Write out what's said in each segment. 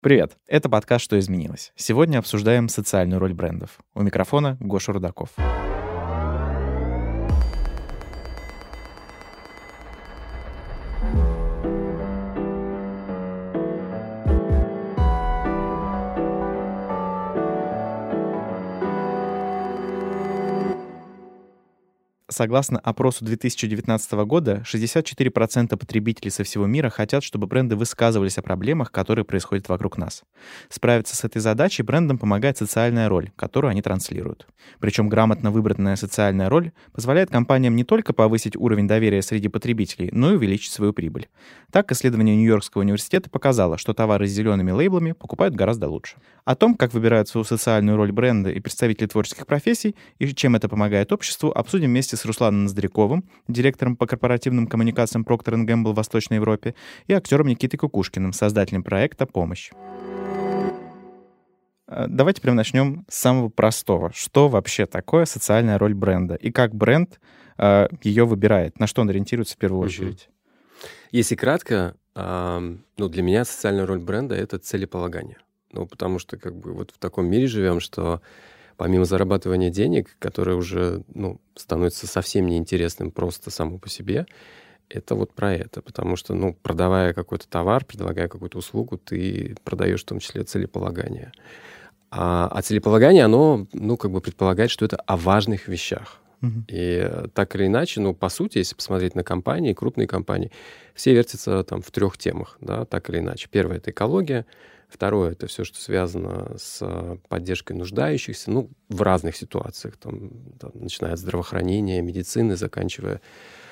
Привет, это подкаст «Что изменилось?». Сегодня обсуждаем социальную роль брендов. У микрофона Гоша Рудаков. Согласно опросу 2019 года, 64% потребителей со всего мира хотят, чтобы бренды высказывались о проблемах, которые происходят вокруг нас. Справиться с этой задачей брендам помогает социальная роль, которую они транслируют. Причем грамотно выбранная социальная роль позволяет компаниям не только повысить уровень доверия среди потребителей, но и увеличить свою прибыль. Так, исследование Нью-Йоркского университета показало, что товары с зелеными лейблами покупают гораздо лучше. О том, как выбирают свою социальную роль бренда и представители творческих профессий, и чем это помогает обществу, обсудим вместе с Русланом Ноздряковым, директором по корпоративным коммуникациям Procter & Gamble в Восточной Европе, и актером Никитой Кукушкиным, создателем проекта «Помощь». Давайте прямо начнем с самого простого. Что вообще такое социальная роль бренда? И как бренд ее выбирает? На что он ориентируется в первую очередь? Если кратко, для меня социальная роль бренда — это целеполагание. Потому что вот в таком мире живем, что помимо зарабатывания денег, которое уже становится совсем неинтересным просто само по себе, это вот про это. Потому что, продавая какой-то товар, предлагая какую-то услугу, ты продаешь в том числе целеполагание. А целеполагание, оно, предполагает, что это о важных вещах. И так или иначе, по сути, если посмотреть на компании, крупные компании, все вертятся там в 3 темах, да, так или иначе. Первое — это экология. Второе — это все, что связано с поддержкой нуждающихся, в разных ситуациях, начиная от здравоохранения, медицины, заканчивая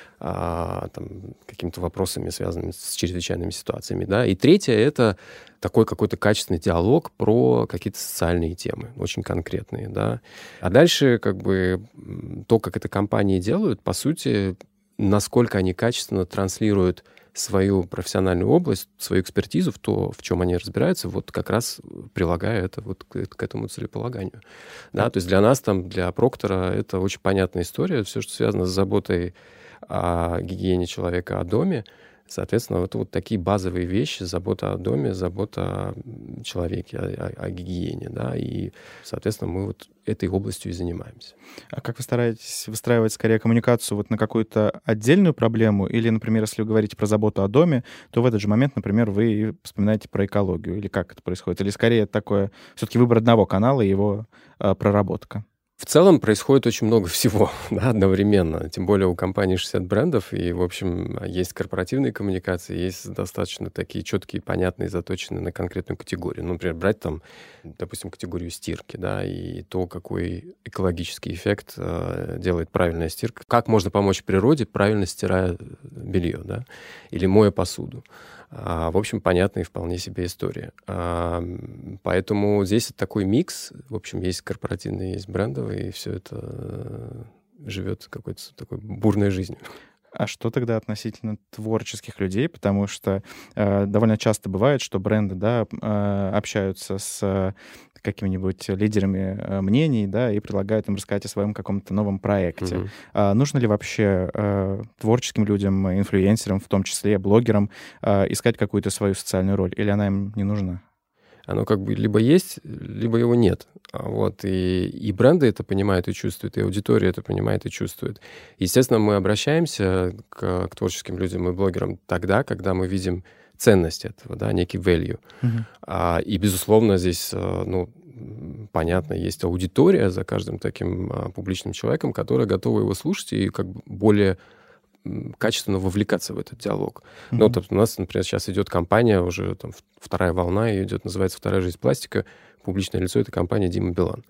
какими-то вопросами, связанными с чрезвычайными ситуациями, да. И третье — это такой какой-то качественный диалог про какие-то социальные темы, очень конкретные, да. А дальше, то, как это компании делают, по сути, насколько они качественно транслируют свою профессиональную область, свою экспертизу в то, в чем они разбираются, вот как раз прилагая это вот к этому целеполаганию. Да, то есть для нас, для Проктора, это очень понятная история. Все, что связано с заботой о гигиене человека, о доме, соответственно, это вот такие базовые вещи: забота о доме, забота о человеке, о гигиене, да, и, соответственно, мы вот этой областью и занимаемся. А как вы стараетесь выстраивать скорее коммуникацию вот на какую-то отдельную проблему? Или, например, если вы говорите про заботу о доме, то в этот же момент, например, вы вспоминаете про экологию? Или как это происходит? Или скорее такое все-таки выбор одного канала и его проработка? В целом происходит очень много всего, да, одновременно. Тем более у компании 60 брендов, и, в общем, есть корпоративные коммуникации, есть достаточно такие четкие, понятные, заточенные на конкретную категорию. Например, брать допустим, категорию стирки, да, и то, какой экологический эффект делает правильная стирка. Как можно помочь природе, правильно стирая белье, да, или моя посуду. В общем, понятная и вполне себе история. Поэтому здесь такой микс. В общем, есть корпоративные, есть брендовые, и все это живет какой-то такой бурной жизнью. А что тогда относительно творческих людей? Потому что довольно часто бывает, что бренды, да, общаются с какими-нибудь лидерами мнений, да, и предлагают им рассказать о своем каком-то новом проекте. Нужно ли вообще творческим людям, инфлюенсерам, в том числе блогерам, искать какую-то свою социальную роль? Или она им не нужна? Оно либо есть, либо его нет. И бренды это понимают и чувствуют, и аудитория это понимает и чувствует. Естественно, мы обращаемся к творческим людям и блогерам тогда, когда мы видим ценность этого, да, некий value. И, безусловно, здесь, понятно, есть аудитория за каждым таким публичным человеком, которая готова его слушать и более качественно вовлекаться в этот диалог. У нас, например, сейчас идет кампания, уже вторая волна, ее идет, называется «Вторая жизнь пластика». Публичное лицо — это компания Дима Билан.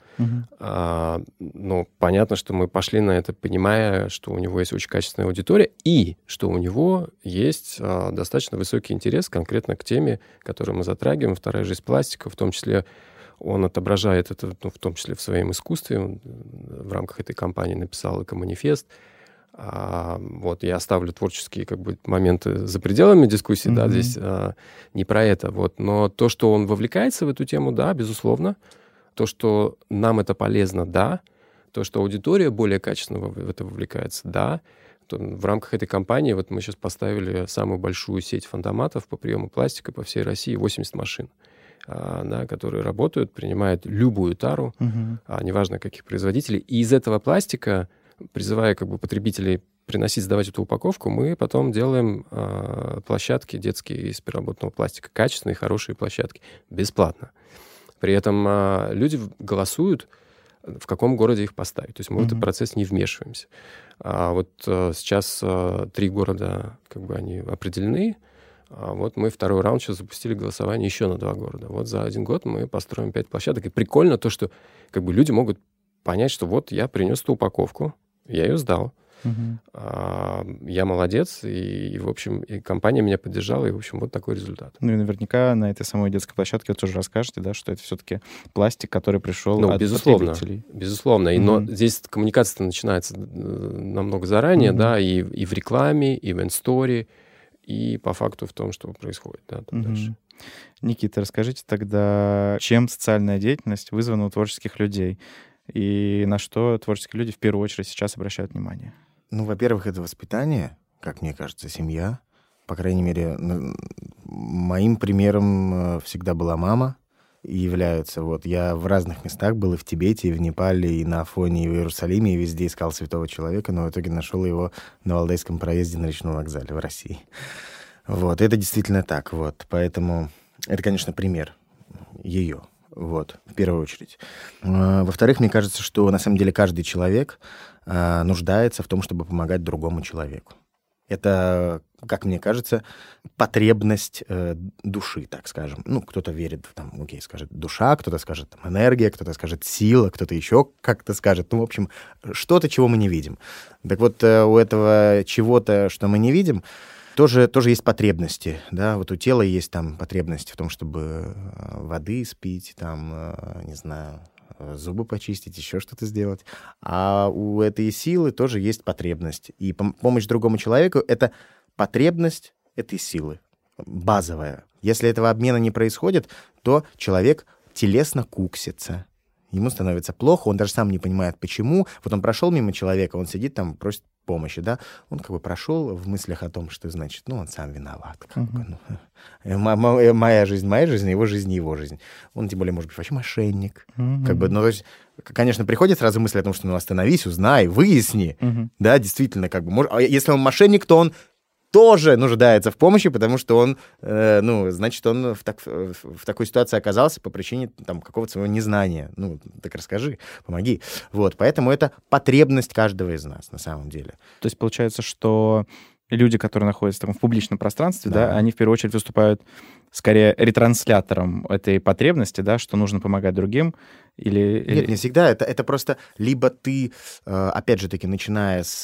Понятно, что мы пошли на это, понимая, что у него есть очень качественная аудитория и что у него есть достаточно высокий интерес конкретно к теме, которую мы затрагиваем. «Вторая жизнь пластика», в том числе он отображает это, в том числе в своем искусстве. Он в рамках этой кампании написал «Эко-манифест». Я оставлю творческие моменты за пределами дискуссии, да, здесь не про это. Но то, что он вовлекается в эту тему, да, безусловно. То, что нам это полезно, да. То, что аудитория более качественно в это вовлекается, да. В рамках этой кампании мы сейчас поставили самую большую сеть фандоматов по приему пластика по всей России — 80 машин. да, которые работают, принимают любую тару, неважно каких производителей. И из этого пластика, призывая как бы потребителей приносить, сдавать эту упаковку, мы потом делаем площадки детские из переработанного пластика. Качественные, хорошие площадки. Бесплатно. При этом люди голосуют, в каком городе их поставить. То есть мы в этот процесс не вмешиваемся. Вот сейчас 3 города, как бы они определены. Вот мы второй раунд сейчас запустили голосование еще на 2 города. Вот за 1 год мы построим 5 площадок. И прикольно то, что как бы люди могут понять, что вот я принес эту упаковку, я ее сдал. Я молодец, и, в общем, и компания меня поддержала, и, в общем, вот такой результат. Ну и наверняка на этой самой детской площадке вы тоже расскажете, да, что это все-таки пластик, который пришел от потребителей. Безусловно. Но здесь коммуникация начинается намного заранее, да, и в рекламе, и в инстори, и по факту в том, что происходит, да, там дальше. Никита, расскажите тогда, чем социальная деятельность вызвана у творческих людей, и на что творческие люди в первую очередь сейчас обращают внимание? Ну, во-первых, это воспитание, как мне кажется, семья. По крайней мере, моим примером всегда была мама и является. Вот я в разных местах был, и в Тибете, и в Непале, и на Афоне, и в Иерусалиме, и везде искал святого человека, но в итоге нашел его на Валдайском проезде на речном вокзале в России. Вот, это действительно так, вот. Поэтому это, конечно, пример ее. Вот, в первую очередь. Во-вторых, мне кажется, что на самом деле каждый человек нуждается в том, чтобы помогать другому человеку. Это, как мне кажется, потребность души, так скажем. Ну, кто-то верит, там, окей, скажет душа, кто-то скажет там, энергия, кто-то скажет сила, кто-то еще как-то скажет. Ну, в общем, что-то, чего мы не видим. Так вот, у этого чего-то, что мы не видим, тоже есть потребности, да, вот у тела есть там потребности в том, чтобы воды спить, там, не знаю, зубы почистить, еще что-то сделать. А у этой силы тоже есть потребность. И помощь другому человеку — это потребность этой силы, базовая. Если этого обмена не происходит, то человек телесно куксится. Ему становится плохо, он даже сам не понимает, почему. Вот он прошел мимо человека, он сидит там, просит помощи, да, он как бы прошел в мыслях о том, что, значит, ну, он сам виноват. Как бы, ну, моя жизнь, его жизнь. Он, тем более, может быть, вообще мошенник. Как бы, ну, то есть, конечно, приходит сразу мысль о том, что, ну, остановись, узнай, выясни. Да, действительно, как бы, а если он мошенник, то он тоже нуждается в помощи, потому что он, ну, значит, он в такой ситуации оказался по причине там какого-то своего незнания. Ну, так расскажи, помоги. Вот, поэтому это потребность каждого из нас, на самом деле. То есть получается, что люди, которые находятся там в публичном пространстве, да, они в первую очередь выступают скорее ретранслятором этой потребности, да, что нужно помогать другим, Нет, не всегда. Это просто либо ты, опять же таки, начиная с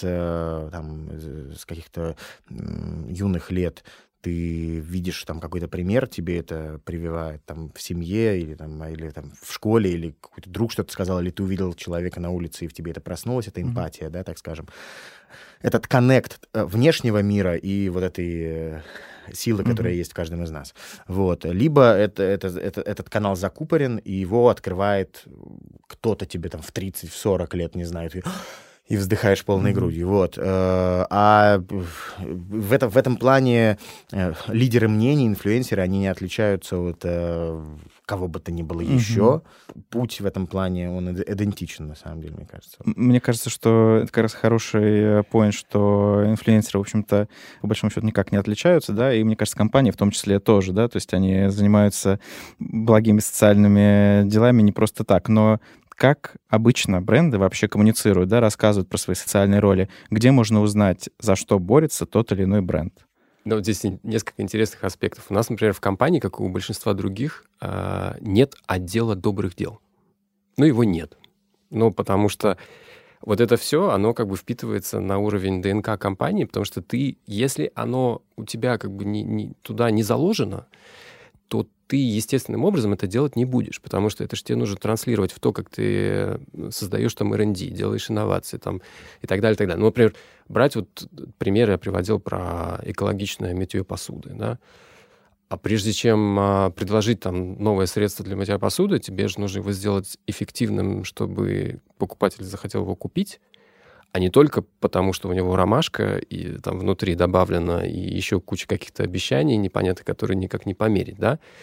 каких-то юных лет, ты видишь там какой-то пример, тебе это прививает там в семье или там в школе, или какой-то друг что-то сказал, или ты увидел человека на улице, и в тебе это проснулось, это эмпатия, да, так скажем. Этот коннект внешнего мира и вот этой силы, которая есть в каждом из нас. Вот. Либо этот канал закупорен, и его открывает кто-то тебе там в 30, в 40 лет, не знаю, и вздыхаешь полной грудью. Вот. А в этом плане лидеры мнений, инфлюенсеры, они не отличаются от кого бы то ни было еще. Путь в этом плане, он идентичен, на самом деле, мне кажется. Мне кажется, что это как раз хороший поинт, что инфлюенсеры, в общем-то, по большому счету никак не отличаются, да, и, мне кажется, компании в том числе тоже, да, то есть они занимаются благими социальными делами не просто так, но как обычно бренды вообще коммуницируют, да, рассказывают про свои социальные роли? Где можно узнать, за что борется тот или иной бренд? Да, вот здесь несколько интересных аспектов. У нас, например, в компании, как и у большинства других, нет отдела добрых дел. Ну, его нет. Ну, потому что вот это все, оно как бы впитывается на уровень ДНК компании, потому что ты, если оно у тебя как бы туда не заложено, то ты естественным образом это делать не будешь, потому что это же тебе нужно транслировать в то, как ты создаешь там R&D, делаешь инновации там, и так далее, и так далее. Ну, например, брать вот пример я приводил про экологичное мытье посуды, да. А прежде чем предложить там новое средство для мытья посуды, тебе же нужно его сделать эффективным, чтобы покупатель захотел его купить, а не только потому, что у него ромашка, и там внутри добавлено и еще куча каких-то обещаний непонятных, которые никак не померить, да.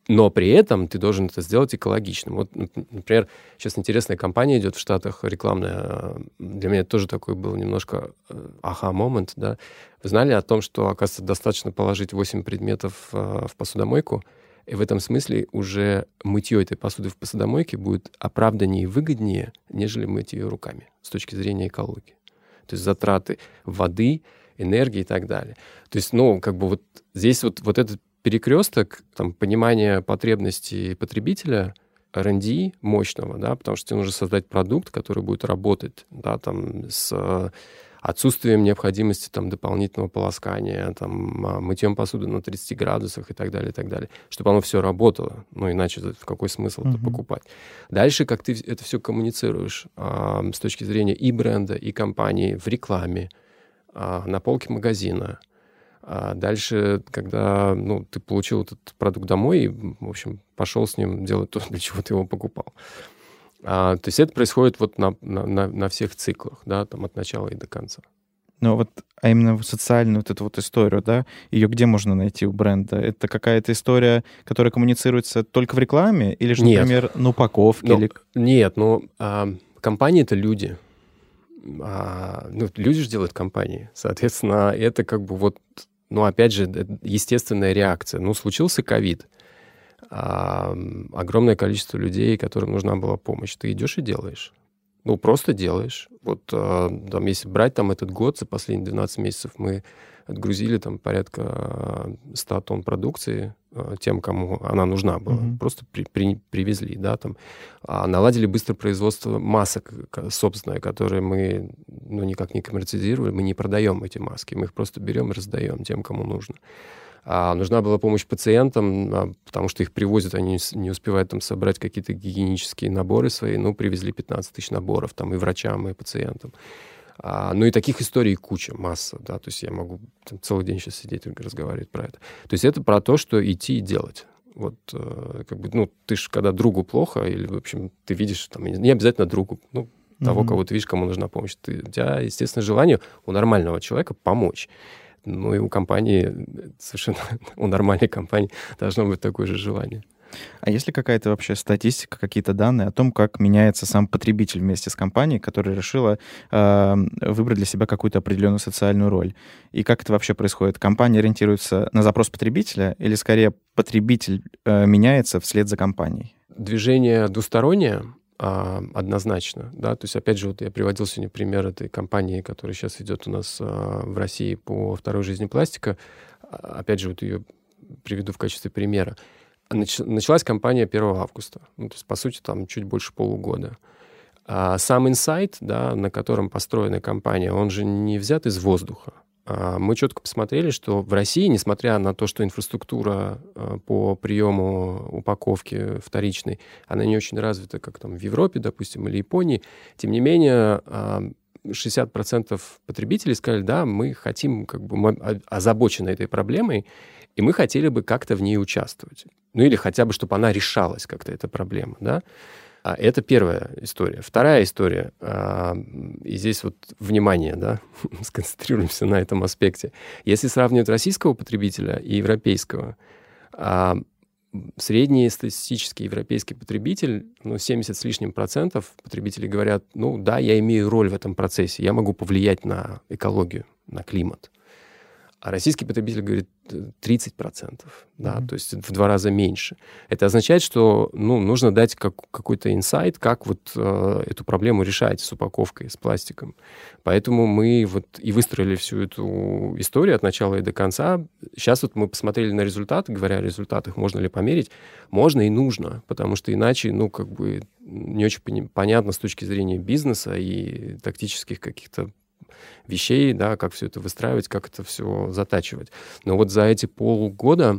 Но при этом ты должен это сделать экологичным. Вот, например, сейчас интересная кампания идет в Штатах, рекламная. Для меня это тоже такой был немножко аха-момент, да. Вы знали о том, что, оказывается, достаточно положить 8 предметов в посудомойку, и в этом смысле уже мытье этой посуды в посудомойке будет оправданнее и выгоднее, нежели мыть ее руками с точки зрения экологии. То есть затраты воды, энергии и так далее. То есть, как бы вот здесь вот этот перекресток, там, понимание потребностей потребителя, R&D мощного, да, потому что тебе нужно создать продукт, который будет работать, да, там, с отсутствием необходимости там, дополнительного полоскания, там, мытьем посуды на 30 градусах и так далее, чтобы оно все работало. Иначе в какой смысл это покупать? Дальше, как ты это все коммуницируешь с точки зрения и бренда, и компании в рекламе, на полке магазина. Дальше, когда ты получил этот продукт домой и, в общем, пошел с ним делать то, для чего ты его покупал. То есть это происходит вот на всех циклах, да, там от начала и до конца. А именно социальную вот эту вот историю, да, ее где можно найти у бренда? Это какая-то история, которая коммуницируется только в рекламе? Или же, например, на упаковке? Нет, компании — это люди. Люди же делают компании. Соответственно, это как бы вот, опять же, естественная реакция. Случился ковид. Огромное количество людей, которым нужна была помощь. Ты идешь и делаешь. Просто делаешь. Вот там, если брать там этот год, за последние 12 месяцев мы отгрузили там порядка 100 тонн продукции тем, кому она нужна была. Просто привезли, да, там. Наладили быстро производство масок собственное, которые мы никак не коммерциализировали, мы не продаем эти маски, мы их просто берем и раздаем тем, кому нужно. Нужна была помощь пациентам, потому что их привозят, они не успевают там собрать какие-то гигиенические наборы свои, привезли 15 тысяч наборов там и врачам, и пациентам. И таких историй куча, масса, да, то есть я могу там целый день сейчас сидеть и разговаривать про это. То есть это про то, что идти и делать. Вот, как бы, ты ж, когда другу плохо, или, в общем, ты видишь, там, не обязательно другу, того, кого ты видишь, кому нужна помощь, у тебя, естественно, желание у нормального человека помочь. И у компании, совершенно у нормальной компании должно быть такое же желание. А есть ли какая-то вообще статистика, какие-то данные о том, как меняется сам потребитель вместе с компанией, которая решила выбрать для себя какую-то определенную социальную роль? И как это вообще происходит? Компания ориентируется на запрос потребителя или, скорее, потребитель меняется вслед за компанией? Движение двустороннее, однозначно, да, то есть, опять же, вот я приводил сегодня пример этой компании, которая сейчас идет у нас в России по второй жизни пластика. Опять же, вот ее приведу в качестве примера. Началась кампания 1 августа, то есть, по сути, там чуть больше полугода. Сам инсайт, да, на котором построена кампания, он же не взят из воздуха. Мы четко посмотрели, что в России, несмотря на то, что инфраструктура по приему упаковки вторичной, она не очень развита, как там в Европе, допустим, или Японии, тем не менее 60% потребителей сказали, да, мы хотим, как бы, мы озабочены этой проблемой, и мы хотели бы как-то в ней участвовать. Или хотя бы, чтобы она решалась как-то, эта проблема, да. Это первая история. Вторая история, и здесь вот внимание, да, сконцентрируемся на этом аспекте. Если сравнивать российского потребителя и европейского, средний статистический европейский потребитель, 70 с лишним процентов потребителей говорят, да, я имею роль в этом процессе, я могу повлиять на экологию, на климат. А российский потребитель говорит 30%, да, то есть в 2 раза меньше. Это означает, что нужно дать какой-то инсайт, как вот эту проблему решать с упаковкой, с пластиком. Поэтому мы вот и выстроили всю эту историю от начала и до конца. Сейчас вот мы посмотрели на результаты, говоря о результатах, можно ли померить. Можно и нужно, потому что иначе, как бы не очень понятно с точки зрения бизнеса и тактических каких-то вещей, да, как все это выстраивать, как это все затачивать. Но вот за эти полгода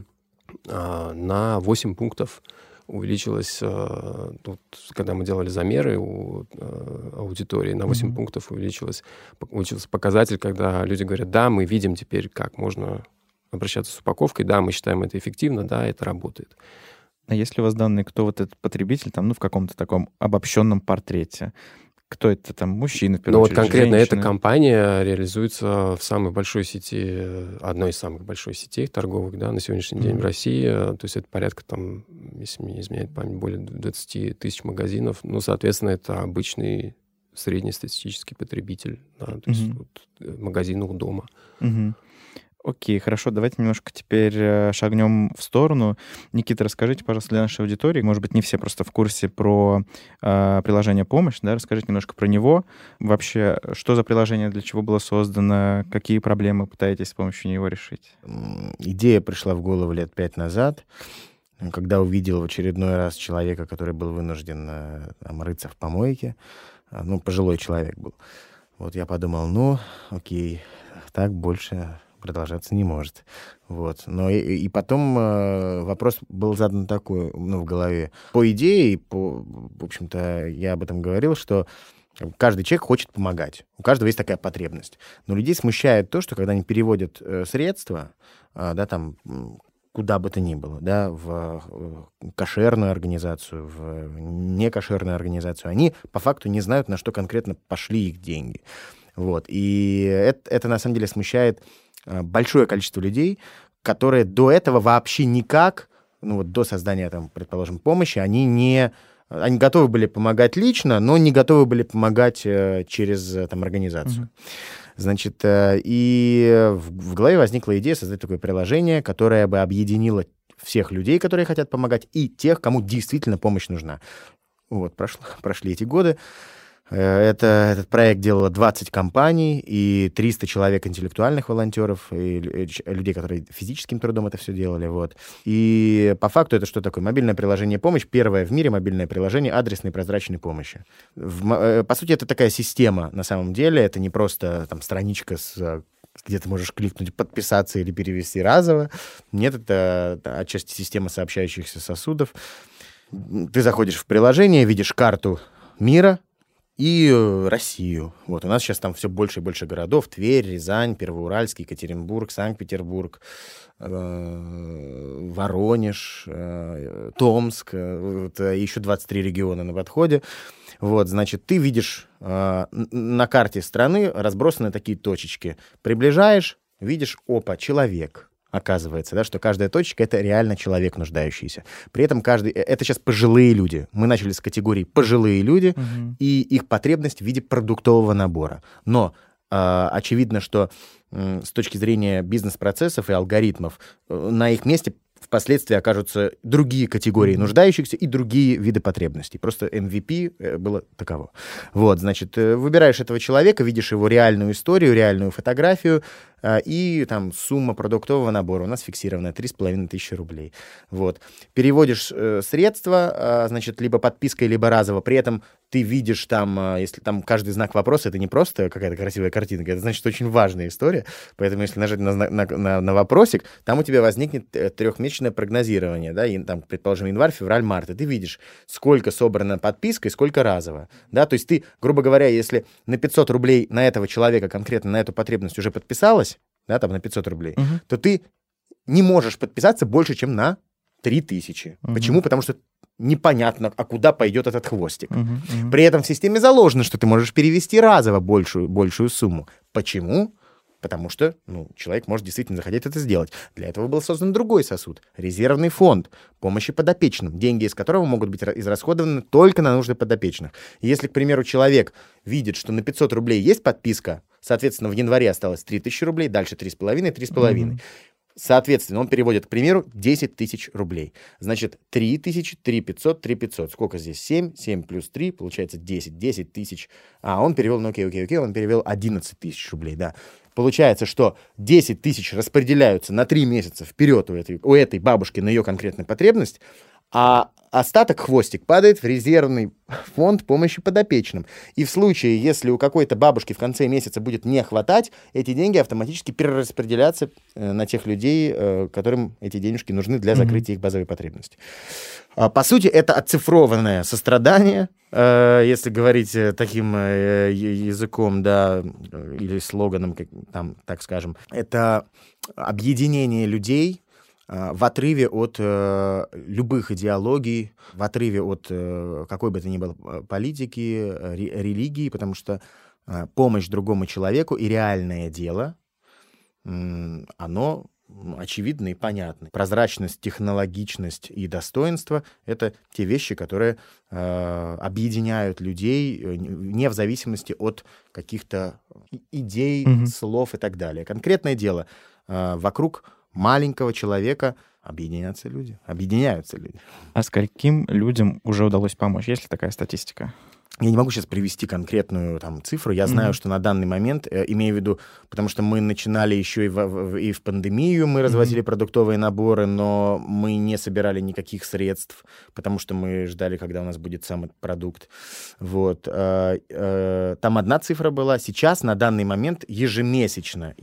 на 8 пунктов увеличилось, когда мы делали замеры у аудитории, на 8 пунктов увеличился показатель, когда люди говорят, да, мы видим теперь, как можно обращаться с упаковкой, да, мы считаем это эффективно, да, это работает. А есть ли у вас данные, кто вот этот потребитель, там, в каком-то таком обобщенном портрете? Кто это там? Мужчины, в Ну первую вот очередь, конкретно эта женщины? компания реализуется в самой большой сети, одной из самых больших сетей торговых, да, на сегодняшний день в России. То есть это порядка там, если мне не изменяет память, более 20 тысяч магазинов. Ну, соответственно, это обычный среднестатистический потребитель, да, то есть вот, магазин у дома. Окей, хорошо, давайте немножко теперь шагнем в сторону. Никита, расскажите, пожалуйста, для нашей аудитории, может быть, не все просто в курсе про приложение «Помощь», да, расскажите немножко про него. Вообще, что за приложение, для чего было создано, какие проблемы пытаетесь с помощью него решить? Идея пришла в голову лет 5 назад, когда увидел в очередной раз человека, который был вынужден там, рыться в помойке. Ну, пожилой человек был. Вот я подумал, ну, окей, так больше продолжаться не может. Вот. Но и потом вопрос был задан такой, ну, в голове. По идее, в общем-то, я об этом говорил, что каждый человек хочет помогать. У каждого есть такая потребность. Но людей смущает то, что когда они переводят средства, да, там, куда бы то ни было, да, в кошерную организацию, в некошерную организацию, они по факту не знают, на что конкретно пошли их деньги. Вот. И это на самом деле смущает большое количество людей, которые до этого вообще никак, ну вот до создания, там, предположим, помощи, они готовы были помогать лично, но не готовы были помогать через там, организацию. Значит, и в голове возникла идея создать такое приложение, которое бы объединило всех людей, которые хотят помогать, и тех, кому действительно помощь нужна. Вот, прошли эти годы. Этот проект делало 20 компаний и 300 человек интеллектуальных волонтеров, и людей, которые физическим трудом это все делали. Вот. И по факту это что такое? Мобильное приложение «Помощь», первое в мире мобильное приложение адресной прозрачной помощи. По сути, это такая система на самом деле. Это не просто там, страничка где ты можешь кликнуть «Подписаться» или перевести разово. Нет, это отчасти система сообщающихся сосудов. Ты заходишь в приложение, видишь карту мира, и Россию. Вот у нас сейчас там все больше и больше городов. Тверь, Рязань, Первоуральск, Екатеринбург, Санкт-Петербург, Воронеж, Томск. Вот, еще 23 региона на подходе. Вот, значит, ты видишь на карте страны разбросаны такие точечки. Приближаешь, видишь, опа, человек. Оказывается, да, что каждая точка — это реально человек нуждающийся. При этом это сейчас пожилые люди. Мы начали с категории пожилые люди и их потребность в виде продуктового набора. Но очевидно, что с точки зрения бизнес-процессов и алгоритмов на их месте впоследствии окажутся другие категории нуждающихся и другие виды потребностей. Просто MVP было таково. Вот, значит, выбираешь этого человека, видишь его реальную историю, реальную фотографию, и там сумма продуктового набора у нас фиксированная 3500 рублей. Вот. Переводишь средства, значит, либо подпиской, либо разово. При этом ты видишь там, если там каждый знак вопроса, это не просто какая-то красивая картинка, это значит очень важная история. Поэтому если нажать на вопросик, там у тебя возникнет трехмесячное прогнозирование, да, и, там, предположим, январь, февраль, март, и ты видишь, сколько собрано подпиской, сколько разово. Да? То есть ты, грубо говоря, если на 500 рублей на этого человека, конкретно на эту потребность уже подписалась, да, там на 500 рублей, то ты не можешь подписаться больше, чем на 3000. Почему? Потому что непонятно, а куда пойдет этот хвостик. При этом в системе заложено, что ты можешь перевести разово большую сумму. Почему? Потому что человек может действительно захотеть это сделать. Для этого был создан другой сосуд — резервный фонд помощи подопечным, деньги из которого могут быть израсходованы только на нужды подопечных. И если, к примеру, человек видит, что на 500 рублей есть подписка, соответственно, в январе осталось 3000 рублей, дальше 3,5. Соответственно, он переводит, к примеру, 10 тысяч рублей. Значит, 3000, 3500, 3500. Сколько здесь? 7 плюс 3, получается 10 тысяч. А он перевел, он перевел 11 тысяч рублей, да. Получается, что 10 тысяч распределяются на 3 месяца вперед у этой бабушки на ее конкретную потребность, а остаток, хвостик, падает в резервный фонд помощи подопечным. И в случае, если у какой-то бабушки в конце месяца будет не хватать, эти деньги автоматически перераспределятся на тех людей, которым эти денежки нужны для закрытия их базовой потребности. По сути, это оцифрованное сострадание, если говорить таким языком, да, или слоганом, там, так скажем. Это объединение людей в отрыве от любых идеологий, в отрыве от какой бы то ни было политики, религии, потому что помощь другому человеку и реальное дело, оно очевидно и понятно. Прозрачность, технологичность и достоинство — это те вещи, которые объединяют людей не в зависимости от каких-то идей, слов и так далее. Конкретное дело, вокруг маленького человека объединяются люди. А скольким людям уже удалось помочь? Есть ли такая статистика? Я не могу сейчас привести конкретную там цифру. Я знаю, что на данный момент, имею в виду, потому что мы начинали еще и в пандемию, мы развозили продуктовые наборы, но мы не собирали никаких средств, потому что мы ждали, когда у нас будет сам этот продукт. Вот. Там одна цифра была. Сейчас, на данный момент, ежемесячно,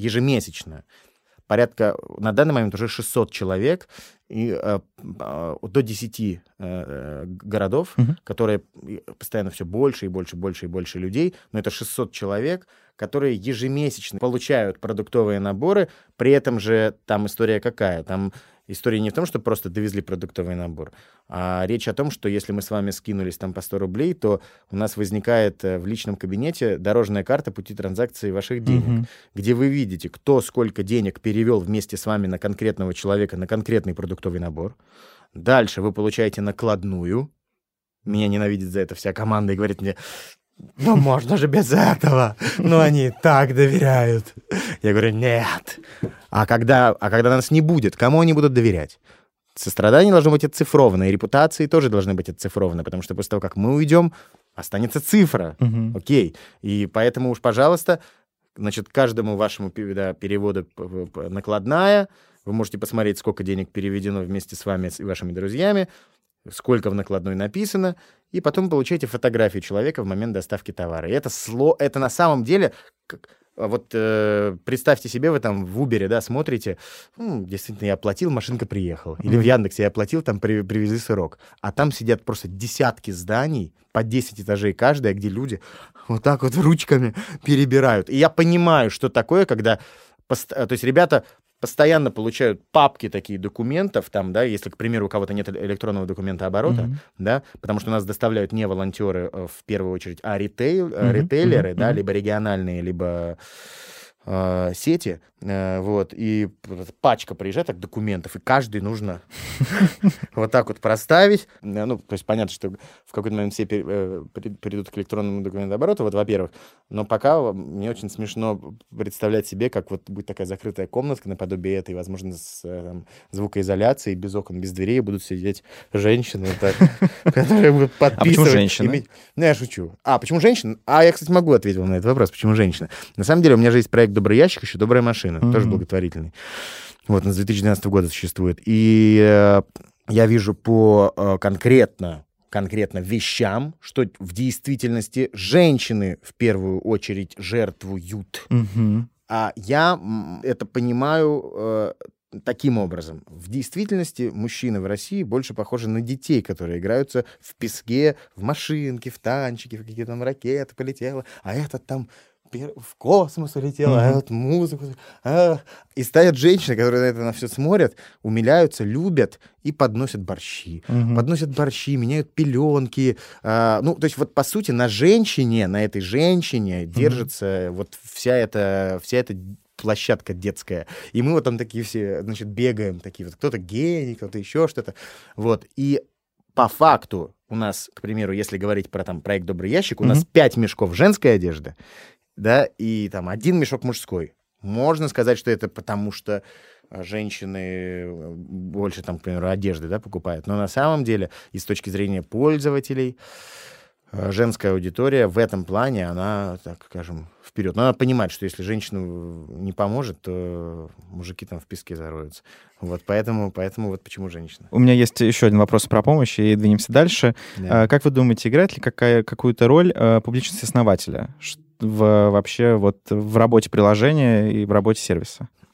порядка, на данный момент уже 600 человек и до 10 городов, которые постоянно все больше и больше людей, но это 600 человек, которые ежемесячно получают продуктовые наборы, при этом же там история какая? Там история не в том, что просто довезли продуктовый набор, а речь о том, что если мы с вами скинулись там по 100 рублей, то у нас возникает в личном кабинете дорожная карта пути транзакции ваших денег, где вы видите, кто сколько денег перевел вместе с вами на конкретного человека, на конкретный продуктовый набор. Дальше вы получаете накладную. Меня ненавидит за это вся команда и говорит мне: ну, можно же без этого. Ну, они так доверяют. Я говорю: нет. А когда нас не будет, кому они будут доверять? Сострадание должно быть оцифровано, и репутации тоже должны быть оцифрованы, потому что после того, как мы уйдем, останется цифра. Окей. И поэтому уж, пожалуйста, значит, каждому вашему переводу накладная. Вы можете посмотреть, сколько денег переведено вместе с вами и вашими друзьями, сколько в накладной написано, и потом получаете фотографию человека в момент доставки товара. И это на самом деле... Вот представьте себе, вы там в Uber, да, смотрите, действительно, я оплатил, машинка приехала. Или в Яндексе я оплатил, там привезли сырок. А там сидят просто десятки зданий, по 10 этажей каждое, где люди вот так вот ручками перебирают. И я понимаю, что такое, когда... То есть ребята постоянно получают папки такие документов, там, да, если, к примеру, у кого-то нет электронного документа оборота, да, потому что у нас доставляют не волонтеры в первую очередь, а ритейлеры, да, либо региональные, либо сети, вот, и пачка приезжает так документов, и каждый нужно вот так вот проставить. Ну, то есть понятно, что в какой-то момент все перейдут к электронному документообороту, вот, во-первых, но пока мне очень смешно представлять себе, как вот будет такая закрытая комнатка наподобие этой, возможно, с звукоизоляцией, без окон, без дверей будут сидеть женщины, которые будут подписывать. А почему женщины? Ну, я шучу. А, почему женщины? А, я, кстати, могу ответить вам на этот вопрос, почему женщины. На самом деле, у меня же есть проект «Добрый ящик», еще «Добрая машина», тоже благотворительный. Вот, он с 2012 года существует. И я вижу по конкретно вещам, что в действительности женщины в первую очередь жертвуют. А я это понимаю таким образом. В действительности мужчины в России больше похожи на детей, которые играются в песке, в машинке, в танчики, в какие-то там ракеты полетела, а этот там в космос улетел, а вот музыку. И стоят женщины, которые на все смотрят, умиляются, любят и подносят борщи. Подносят борщи, меняют пеленки. Ну, то есть вот по сути на этой женщине держится вот вся эта площадка детская. И мы вот там такие все, значит, бегаем, такие вот, кто-то гений, кто-то еще что-то. Вот. И по факту у нас, к примеру, если говорить про там проект «Добрый ящик», у нас 5 мешков женской одежды, да, и там 1 мешок мужской. Можно сказать, что это потому, что женщины больше, там, к примеру, одежды, да, покупают. Но на самом деле, и с точки зрения пользователей, женская аудитория в этом плане, она, так скажем, вперед. Но надо понимать, что если женщина не поможет, то мужики там в песке зароются. Вот поэтому вот почему женщина. У меня есть еще один вопрос про помощь, и двинемся дальше. Да. Как вы думаете, играет ли какую-то роль публичность основателя вообще вот в работе приложения и в работе сервиса?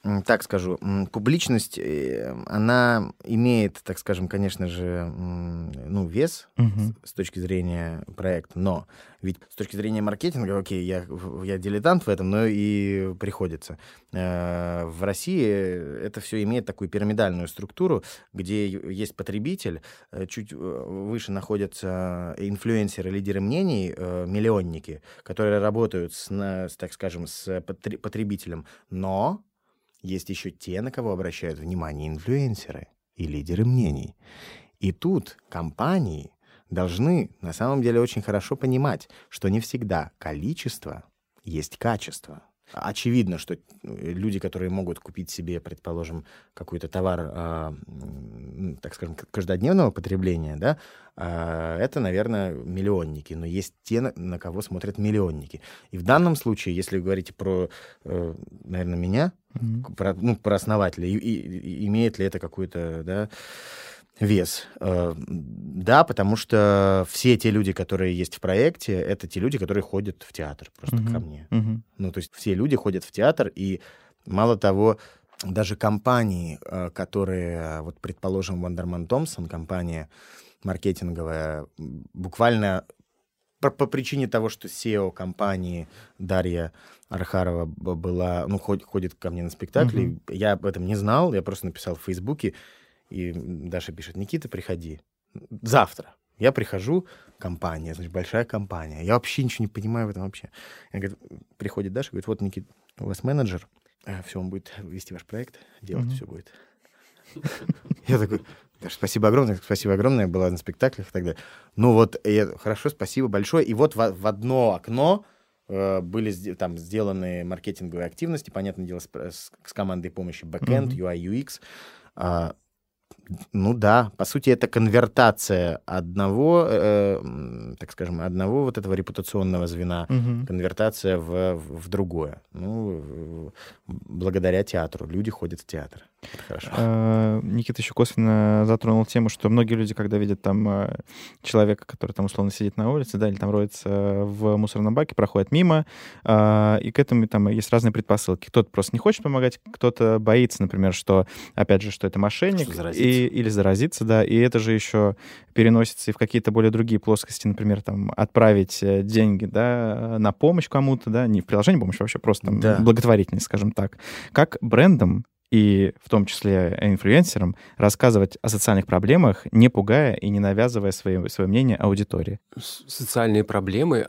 так скажу, публичность, она имеет, так скажем, конечно же, вес с точки зрения проекта, но ведь с точки зрения маркетинга, окей, я дилетант в этом, но и приходится. В России это все имеет такую пирамидальную структуру, где есть потребитель, чуть выше находятся инфлюенсеры, лидеры мнений, миллионники, которые работают так скажем, с потребителем, но есть еще те, на кого обращают внимание инфлюенсеры и лидеры мнений. И тут компании должны на самом деле очень хорошо понимать, что не всегда количество есть качество. Очевидно, что люди, которые могут купить себе, предположим, какой-то товар, так скажем, каждодневного потребления, да, это, наверное, миллионники. Но есть те, на кого смотрят миллионники. И в данном случае, если вы говорите про, наверное, меня, про основателя, имеет ли это какой-то, да, вес. Да, потому что все те люди, которые есть в проекте, это те люди, которые ходят в театр просто ко мне. Ну, то есть все люди ходят в театр, и мало того, даже компании, которые, вот, предположим, Wunderman Thompson, компания маркетинговая, буквально по причине того, что SEO компании Дарья Архарова была, ходит ко мне на спектакли, я об этом не знал, я просто написал в Фейсбуке, и Даша пишет: Никита, приходи. Завтра. Я прихожу, компания, значит, большая компания. Я вообще ничего не понимаю в этом вообще. Приходит Даша, говорит: вот, Никита, у вас менеджер, все, он будет вести ваш проект, делать все будет. Я такой: Даша, спасибо огромное, была на спектаклях и так далее. Ну вот, хорошо, спасибо большое. И вот в одно окно были там сделаны маркетинговые активности, понятное дело, с командой помощи Backend, UI, UX. Ну да, по сути, это конвертация одного, так скажем, одного вот этого репутационного звена, конвертация в другое. Ну, благодаря театру. Люди ходят в театр. Это хорошо. Никита еще косвенно затронул тему, что многие люди, когда видят там человека, который там условно сидит на улице, да, или там роется в мусорном баке, проходит мимо, и к этому там есть разные предпосылки. Кто-то просто не хочет помогать, кто-то боится, например, что, опять же, что это мошенник, или заразиться, да, и это же еще переносится и в какие-то более другие плоскости, например, там, отправить деньги, да, на помощь кому-то, да, не в приложение помощи, вообще просто там, благотворительность, скажем так. Как брендам и в том числе инфлюенсерам рассказывать о социальных проблемах, не пугая и не навязывая свое мнение аудитории? Социальные проблемы,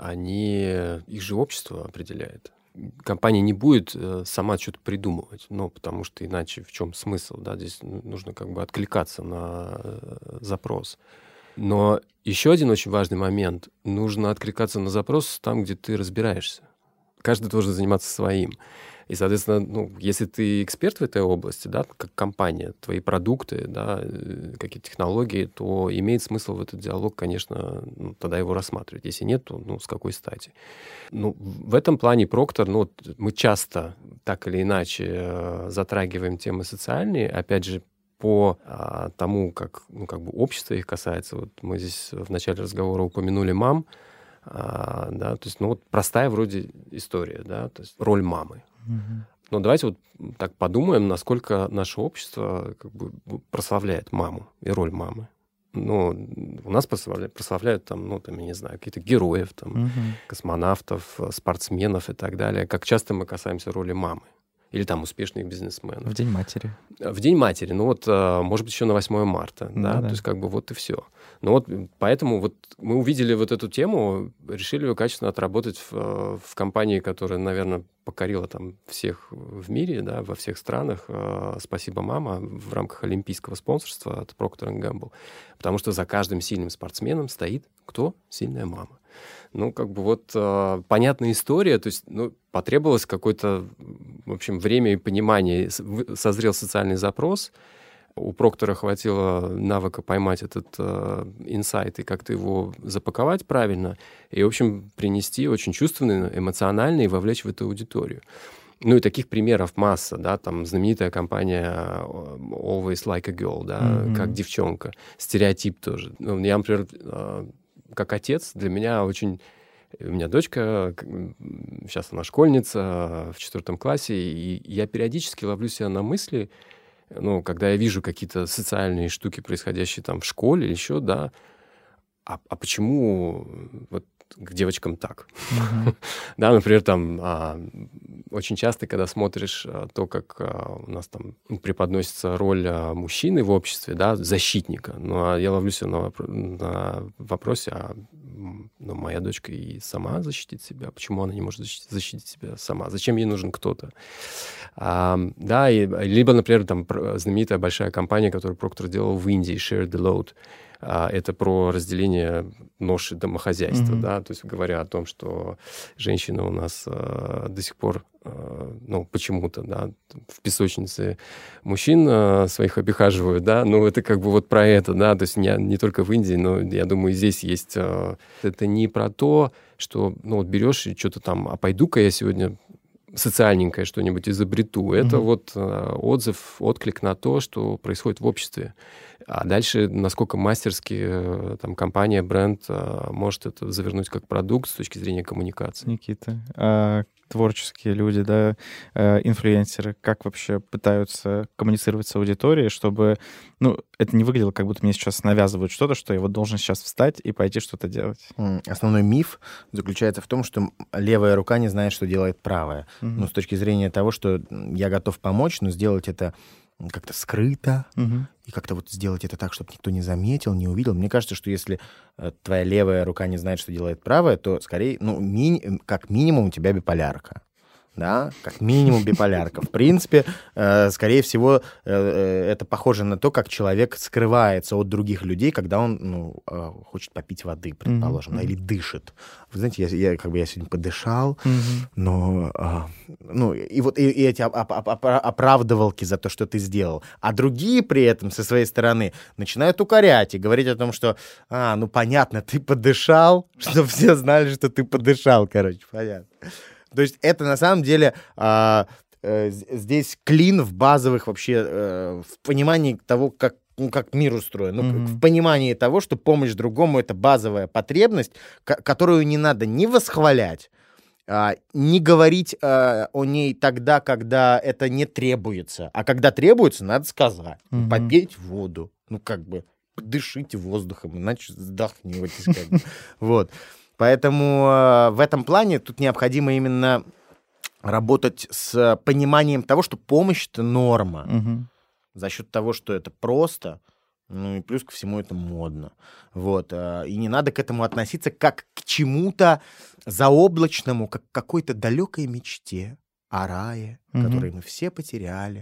их же общество определяет. Компания не будет сама что-то придумывать, потому что иначе в чем смысл, да, здесь нужно как бы откликаться на запрос. Но еще один очень важный момент, нужно откликаться на запрос там, где ты разбираешься. Каждый должен заниматься своим. И, соответственно, если ты эксперт в этой области, да, как компания, твои продукты, да, какие-то технологии, то имеет смысл в этот диалог, конечно, тогда его рассматривать. Если нет, то с какой стати? В этом плане Procter, мы часто так или иначе затрагиваем темы социальные, опять же, по тому, как общество их касается. Вот мы здесь в начале разговора упомянули мам, да, то есть, простая вроде история, да, то есть роль мамы. Но давайте вот так подумаем, насколько наше общество прославляет маму и роль мамы. У нас прославляют там, я не знаю, каких-то героев, там, космонавтов, спортсменов и так далее. Как часто мы касаемся роли мамы? Или там успешных бизнесменов. В День матери. В День матери. Может быть, еще на 8 марта. Да? То есть вот и все. Поэтому мы увидели вот эту тему, решили ее качественно отработать в компании, которая, наверное, покорила там всех в мире, да, во всех странах. Спасибо, мама, в рамках олимпийского спонсорства от Procter & Gamble. Потому что за каждым сильным спортсменом стоит кто? Сильная мама. Понятная история, то есть, потребовалось какое-то, в общем, время и понимание, созрел социальный запрос, у Проктора хватило навыка поймать этот инсайт и как-то его запаковать правильно, и, в общем, принести очень чувственно, эмоционально и вовлечь в эту аудиторию. И таких примеров масса, да, там знаменитая компания Always Like a Girl, да, как девчонка, стереотип тоже. Я, например, как отец, для меня очень И у меня дочка, сейчас она школьница в 4 классе, и я периодически ловлю себя на мысли, ну, когда я вижу какие-то социальные штуки, происходящие там в школе или еще, да, а почему вот к девочкам так? Да, например, там очень часто, когда смотришь то, как у нас там преподносится роль мужчины в обществе, да, защитника, ну, а я ловлю себя на вопросе, ну, моя дочка и сама защитит себя, почему она не может защитить себя сама, зачем ей нужен кто-то? Да, либо, например, там знаменитая большая компания, которую Procter делал в Индии, Share the Load, это про разделение ноши домохозяйства, да, то есть говоря о том, что женщины у нас до сих пор, ну, почему-то, да, в песочнице мужчин своих обихаживают, да, ну, это как бы вот про это, да, то есть не только в Индии, но я думаю, здесь есть... Это не про то, что, ну, вот берешь и что-то там, пойду-ка я сегодня социальненькое что-нибудь изобрету. Это вот отклик на то, что происходит в обществе. А дальше, насколько мастерски там компания, бренд может это завернуть как продукт с точки зрения коммуникации. Никита, творческие люди, да, инфлюенсеры, как вообще пытаются коммуницировать с аудиторией, чтобы, ну, это не выглядело, как будто мне сейчас навязывают что-то, что я вот должен сейчас встать и пойти что-то делать. Основной миф заключается в том, что левая рука не знает, что делает правая. Ну, с точки зрения того, что я готов помочь, но сделать это как-то скрыто, и как-то вот сделать это так, чтобы никто не заметил, не увидел. Мне кажется, что если твоя левая рука не знает, что делает правая, то скорее, ну, как минимум у тебя биполярка. Да, как минимум биполярка. В принципе, скорее всего, это похоже на то, как человек скрывается от других людей, когда он, ну, хочет попить воды, предположим, да, или дышит. Вы знаете, я сегодня подышал, но, ну, и вот и эти оправдывалки за то, что ты сделал. А другие при этом со своей стороны начинают укорять и говорить о том, что, ну, понятно, ты подышал, чтобы все знали, что ты подышал, короче, понятно. То есть это на самом деле здесь клин в базовых вообще, в понимании того, как мир устроен, ну, в понимании того, что помощь другому — это базовая потребность, которую не надо ни восхвалять, не говорить о ней тогда, когда это не требуется. А когда требуется, надо сказать. Попейте воду, ну, как бы, дышите воздухом, иначе сдохнетесь, как бы. Вот. Поэтому в этом плане тут необходимо именно работать с пониманием того, что помощь — это норма. За счет того, что это просто, ну и плюс ко всему это модно. Вот. И не надо к этому относиться как к чему-то заоблачному, как к какой-то далекой мечте о рае, который мы все потеряли.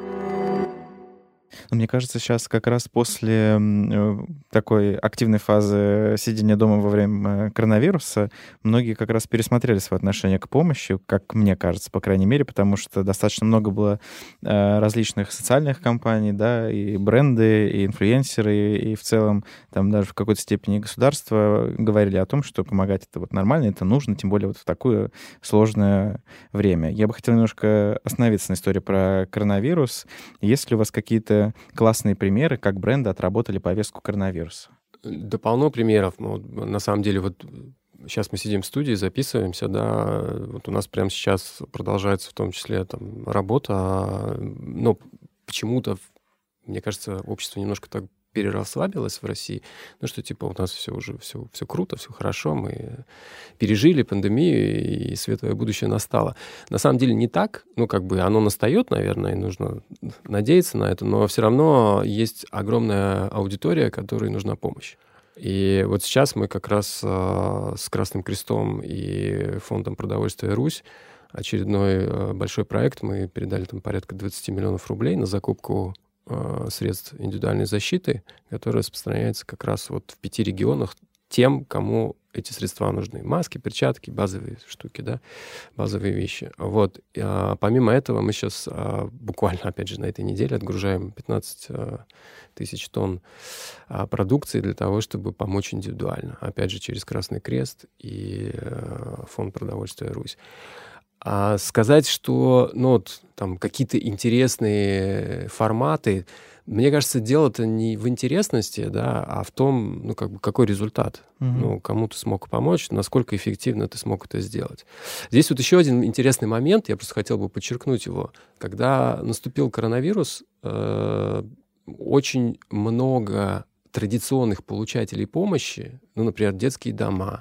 Но мне кажется, сейчас как раз после такой активной фазы сидения дома во время коронавируса многие как раз пересмотрели свое отношение к помощи, как мне кажется, по крайней мере, потому что достаточно много было различных социальных компаний, да, и бренды, и инфлюенсеры, и в целом там даже в какой-то степени государства говорили о том, что помогать это вот нормально, это нужно, тем более вот в такое сложное время. Я бы хотел немножко остановиться на истории про коронавирус. Есть ли у вас какие-то классные примеры, как бренды отработали повестку коронавируса? Да полно примеров. Ну, на самом деле, вот сейчас мы сидим в студии, записываемся, да, вот у нас прямо сейчас продолжается в том числе там работа, но почему-то, мне кажется, общество немножко так перерасслабилось в России, ну что типа у нас все круто, все хорошо, мы пережили пандемию, и светлое будущее настало. На самом деле не так, ну как бы оно настает, наверное, и нужно надеяться на это, но все равно есть огромная аудитория, которой нужна помощь. И вот сейчас мы как раз с Красным Крестом и Фондом продовольствия «Русь» очередной большой проект, мы передали там порядка 20 миллионов рублей на закупку средств индивидуальной защиты, которая распространяется как раз вот в 5 регионах тем, кому эти средства нужны. Маски, перчатки, базовые штуки, да, базовые вещи. Вот. Помимо этого мы сейчас буквально, опять же, на этой неделе отгружаем 15 тысяч тонн продукции для того, чтобы помочь индивидуально. Опять же, через Красный Крест и Фонд продовольствия «Русь». А сказать, что ну, вот, там какие-то интересные форматы, Мне кажется, дело-то не в интересности, да, а в том, ну, как бы, какой результат. Ну, кому ты смог помочь, насколько эффективно ты смог это сделать. Здесь вот еще один интересный момент, я просто хотел бы подчеркнуть его. Когда наступил коронавирус, очень много традиционных получателей помощи, ну, например, детские дома,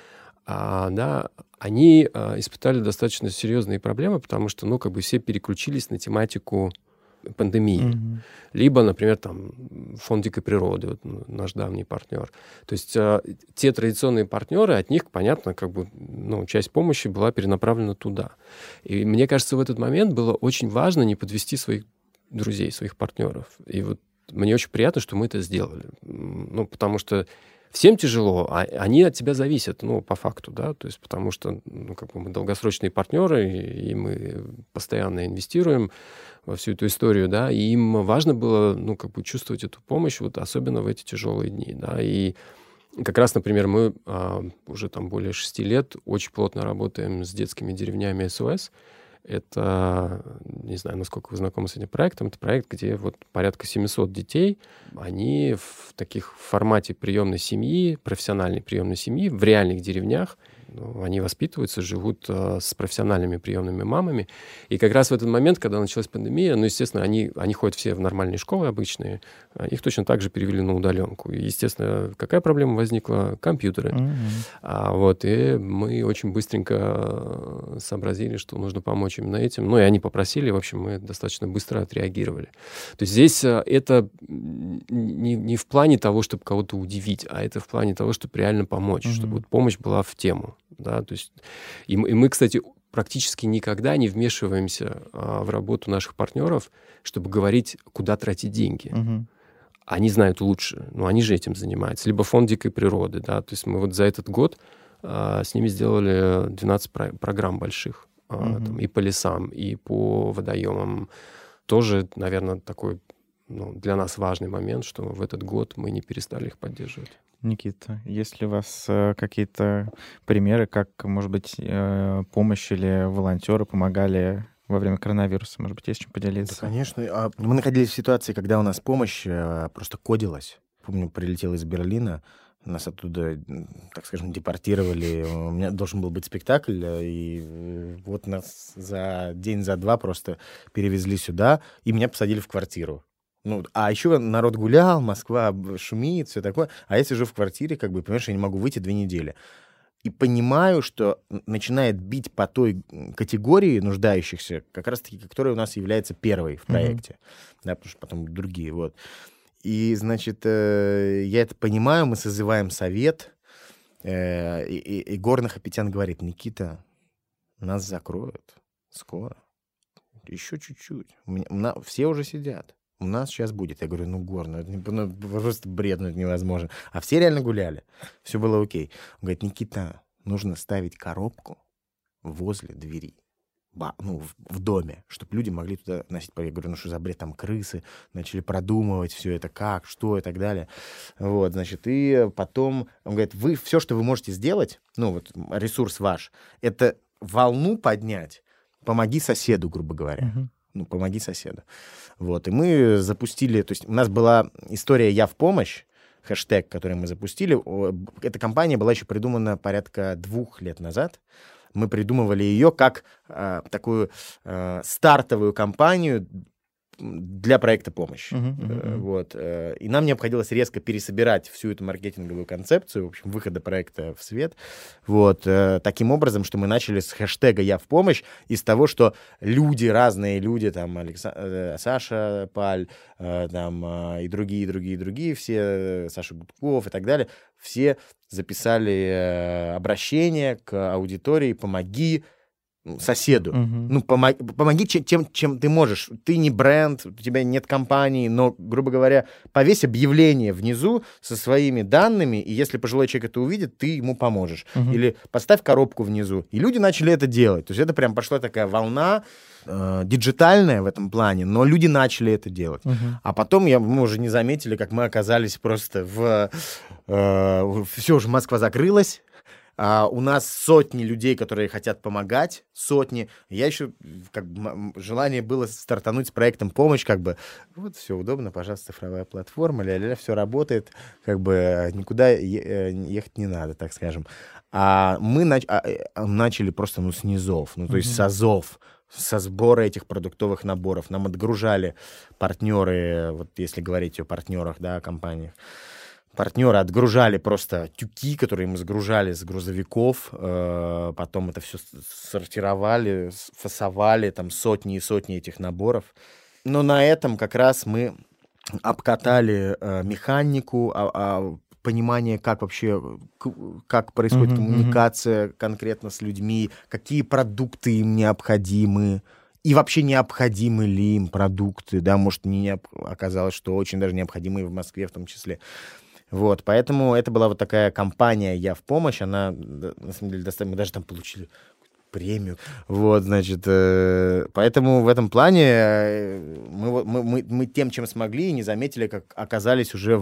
да, они испытали достаточно серьезные проблемы, потому что, ну, как бы все переключились на тематику пандемии. Либо, например, там, Фонд дикой природы, вот, наш давний партнер. То есть те традиционные партнеры, от них, понятно, как бы, ну, часть помощи была перенаправлена туда. И мне кажется, в этот момент было очень важно не подвести своих друзей, своих партнеров. И вот мне очень приятно, что мы это сделали. Ну, потому что всем тяжело, а они от тебя зависят, ну, по факту, да, то есть потому что, ну, как бы мы долгосрочные партнеры, и мы постоянно инвестируем во всю эту историю, да, и им важно было, ну, как бы чувствовать эту помощь, вот особенно в эти тяжелые дни, да, и как раз, например, мы уже там более 6 лет очень плотно работаем с детскими деревнями СОС. Это, не знаю, насколько вы знакомы с этим проектом, это проект, где вот порядка 700 детей, они в таких формате приемной семьи, профессиональной приемной семьи, в реальных деревнях, ну, они воспитываются, живут с профессиональными приемными мамами. И как раз в этот момент, когда началась пандемия, ну, естественно, они ходят все в нормальные школы обычные, их точно так же перевели на удаленку. И, естественно, какая проблема возникла? Компьютеры. Вот, и мы очень быстренько сообразили, что нужно помочь именно этим. Ну, и они попросили, в общем, мы достаточно быстро отреагировали. То есть здесь это не в плане того, чтобы кого-то удивить, а это в плане того, чтобы реально помочь, чтобы вот помощь была в тему. Да, то есть, и мы, кстати, практически никогда не вмешиваемся в работу наших партнеров, чтобы говорить, куда тратить деньги. Они знают лучше, но они же этим занимаются. Либо Фонд дикой природы, да, то есть мы вот за этот год с ними сделали 12 программ больших, там, и по лесам, и по водоемам. Тоже, наверное, такой, ну, для нас важный момент, что в этот год мы не перестали их поддерживать. Никита, есть ли у вас какие-то примеры, как, может быть, помощь или волонтеры помогали во время коронавируса? Может быть, есть чем поделиться? Да, конечно. Мы находились в ситуации, когда у нас помощь просто кодилась. Помню, прилетел из Берлина, нас оттуда, так скажем, депортировали. У меня должен был быть спектакль, и вот нас за день, за два просто перевезли сюда, и меня посадили в квартиру. Ну, а еще народ гулял, Москва шумит, все такое. А я сижу в квартире, как бы, понимаешь, я не могу выйти 2 недели. И понимаю, что начинает бить по той категории нуждающихся, как раз-таки, которая у нас является первой в проекте. Да, потому что потом другие, вот. И, значит, я это понимаю, мы созываем совет, и Горных Апетян говорит: Никита, нас закроют скоро, еще чуть-чуть. Все уже сидят. У нас сейчас будет. Я говорю, ну, Гор, ну, это просто бред, ну, это невозможно. А все реально гуляли. Все было окей. Он говорит: Никита, нужно ставить коробку возле двери. В доме, чтобы люди могли туда носить. Я говорю, ну что за бред, там крысы. Начали продумывать все это, как, что и так далее. Вот, значит, и потом он говорит: вы все, что вы можете сделать, ну, вот ресурс ваш, это волну поднять, помоги соседу, грубо говоря. Ну, помоги соседу. Вот, и мы запустили, то есть у нас была история «Я в помощь», хэштег, который мы запустили. Эта кампания была еще придумана порядка 2 лет назад. Мы придумывали ее как такую стартовую кампанию для проекта «Помощь». Вот. И нам необходилось резко пересобирать всю эту маркетинговую концепцию, в общем, выхода проекта в свет. Вот. Таким образом, что мы начали с хэштега «Я в помощь», из того, что люди, разные люди, там, Саша Паль, там, и другие, все, Саша Гудков и так далее, все записали обращение к аудитории «Помоги соседу». Ну, помоги чем ты можешь. Ты не бренд, у тебя нет компании, но, грубо говоря, повесь объявление внизу со своими данными, и если пожилой человек это увидит, ты ему поможешь. Или поставь коробку внизу. И люди начали это делать. То есть это прям пошла такая волна диджитальная в этом плане, но люди начали это делать. А потом мы уже не заметили, как мы оказались просто все уже Москва закрылась, У нас сотни людей, которые хотят помогать, сотни. Я еще, как бы, желание было стартануть с проектом «Помощь», как бы, вот все удобно, пожалуйста, цифровая платформа, все работает, как бы никуда ехать не надо, так скажем. А мы начали просто, с низов, то есть с азов, со сбора этих продуктовых наборов. Нам отгружали партнеры, вот если говорить о партнерах, да, о компаниях, партнеры отгружали просто тюки, которые мы сгружали с грузовиков, потом это все сортировали, фасовали, там сотни и сотни этих наборов. Но на этом как раз мы обкатали механику, понимание, как вообще, как происходит коммуникация конкретно с людьми, какие продукты им необходимы, и вообще необходимы ли им продукты, да, может, оказалось, что очень даже необходимы в Москве в том числе. Вот, поэтому это была вот такая компания «Я в помощь», она, на самом деле, мы даже там получили премию, вот, значит, поэтому в этом плане мы тем, чем смогли, не заметили, как оказались уже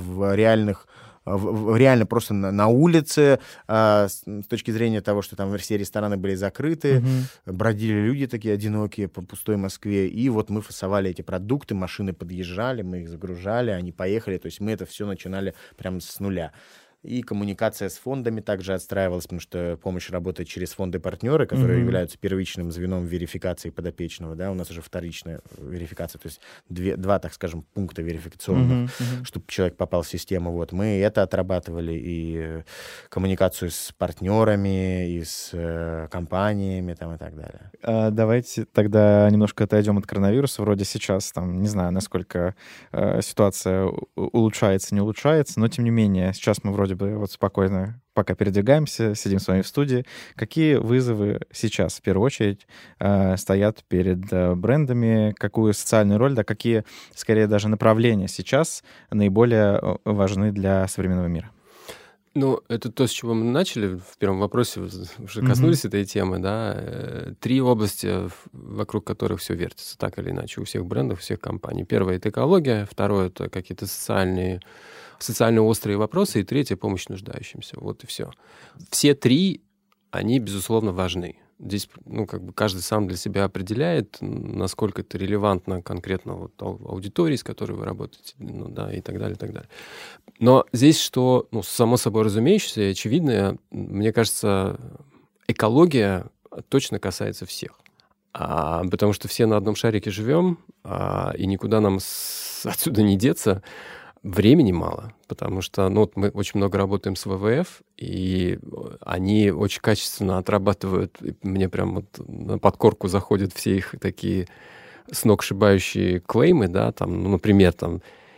реально просто на улице, с точки зрения того, что там все рестораны были закрыты, бродили люди такие одинокие по пустой Москве, и вот мы фасовали эти продукты, машины подъезжали, мы их загружали, они поехали, то есть мы это все начинали прямо с нуля. И коммуникация с фондами также отстраивалась, потому что помощь работает через фонды-партнеры, которые являются первичным звеном верификации подопечного. Да? У нас уже вторичная верификация, то есть два, так скажем, пункта верификационных, чтобы человек попал в систему. Вот. Мы это отрабатывали, и коммуникацию с партнерами, и с компаниями там, и так далее. Давайте тогда немножко отойдем от коронавируса. Вроде сейчас, там, не знаю, насколько ситуация улучшается, не улучшается, но тем не менее, сейчас мы вроде бы вот спокойно пока передвигаемся, сидим с вами в студии. Какие вызовы сейчас в первую очередь стоят перед брендами? Какую социальную роль, да, какие, скорее, даже направления сейчас наиболее важны для современного мира? Ну, это то, с чего мы начали в первом вопросе, уже коснулись этой темы, да. 3 области, вокруг которых все вертится, так или иначе, у всех брендов, у всех компаний. Первое — это экология, второе — это какие-то социально острые вопросы, и третье — помощь нуждающимся. Вот и все. Все 3, они, безусловно, важны. Здесь, как бы каждый сам для себя определяет, насколько это релевантно конкретно вот аудитории, с которой вы работаете, и так далее, и так далее. Но здесь что, само собой разумеющееся и очевидное, мне кажется, экология точно касается всех. Потому что все на одном шарике живем, и никуда нам отсюда не деться. Времени мало, потому что мы очень много работаем с ВВФ, и они очень качественно отрабатывают. Мне прям вот на подкорку заходят все их такие сногсшибающие клеймы, да, там, например, там,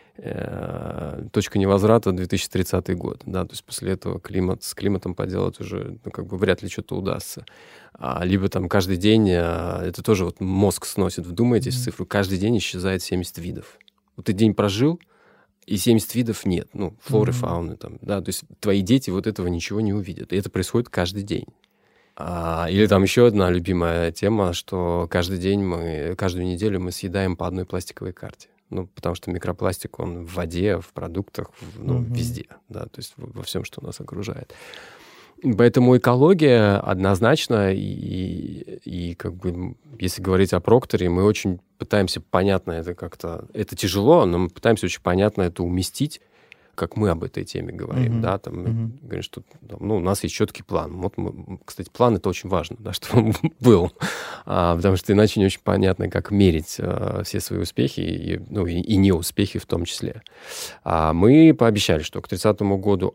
точка невозврата 2030 год, да, то есть после этого с климатом поделать уже, вряд ли что-то удастся. Либо там каждый день, это тоже вот мозг сносит, вдумайтесь в цифру, каждый день исчезает 70 видов. Вот ты день прожил, и 70 видов нет, флоры, фауны там, да, то есть твои дети вот этого ничего не увидят, и это происходит каждый день. Или там еще одна любимая тема, что каждую неделю мы съедаем по одной пластиковой карте, потому что микропластик, он в воде, в продуктах, везде, да, то есть во всем, что нас окружает. Поэтому экология однозначно, и как бы, если говорить о Прокторе, мы очень пытаемся понятно это как-то... Это тяжело, но мы пытаемся очень понятно это уместить, как мы об этой теме говорим, да, там мы говорим, что у нас есть четкий план. Вот кстати, план — это очень важно, да, чтобы он был, потому что иначе не очень понятно, как мерить все свои успехи и неуспехи в том числе. Мы пообещали, что к 30 году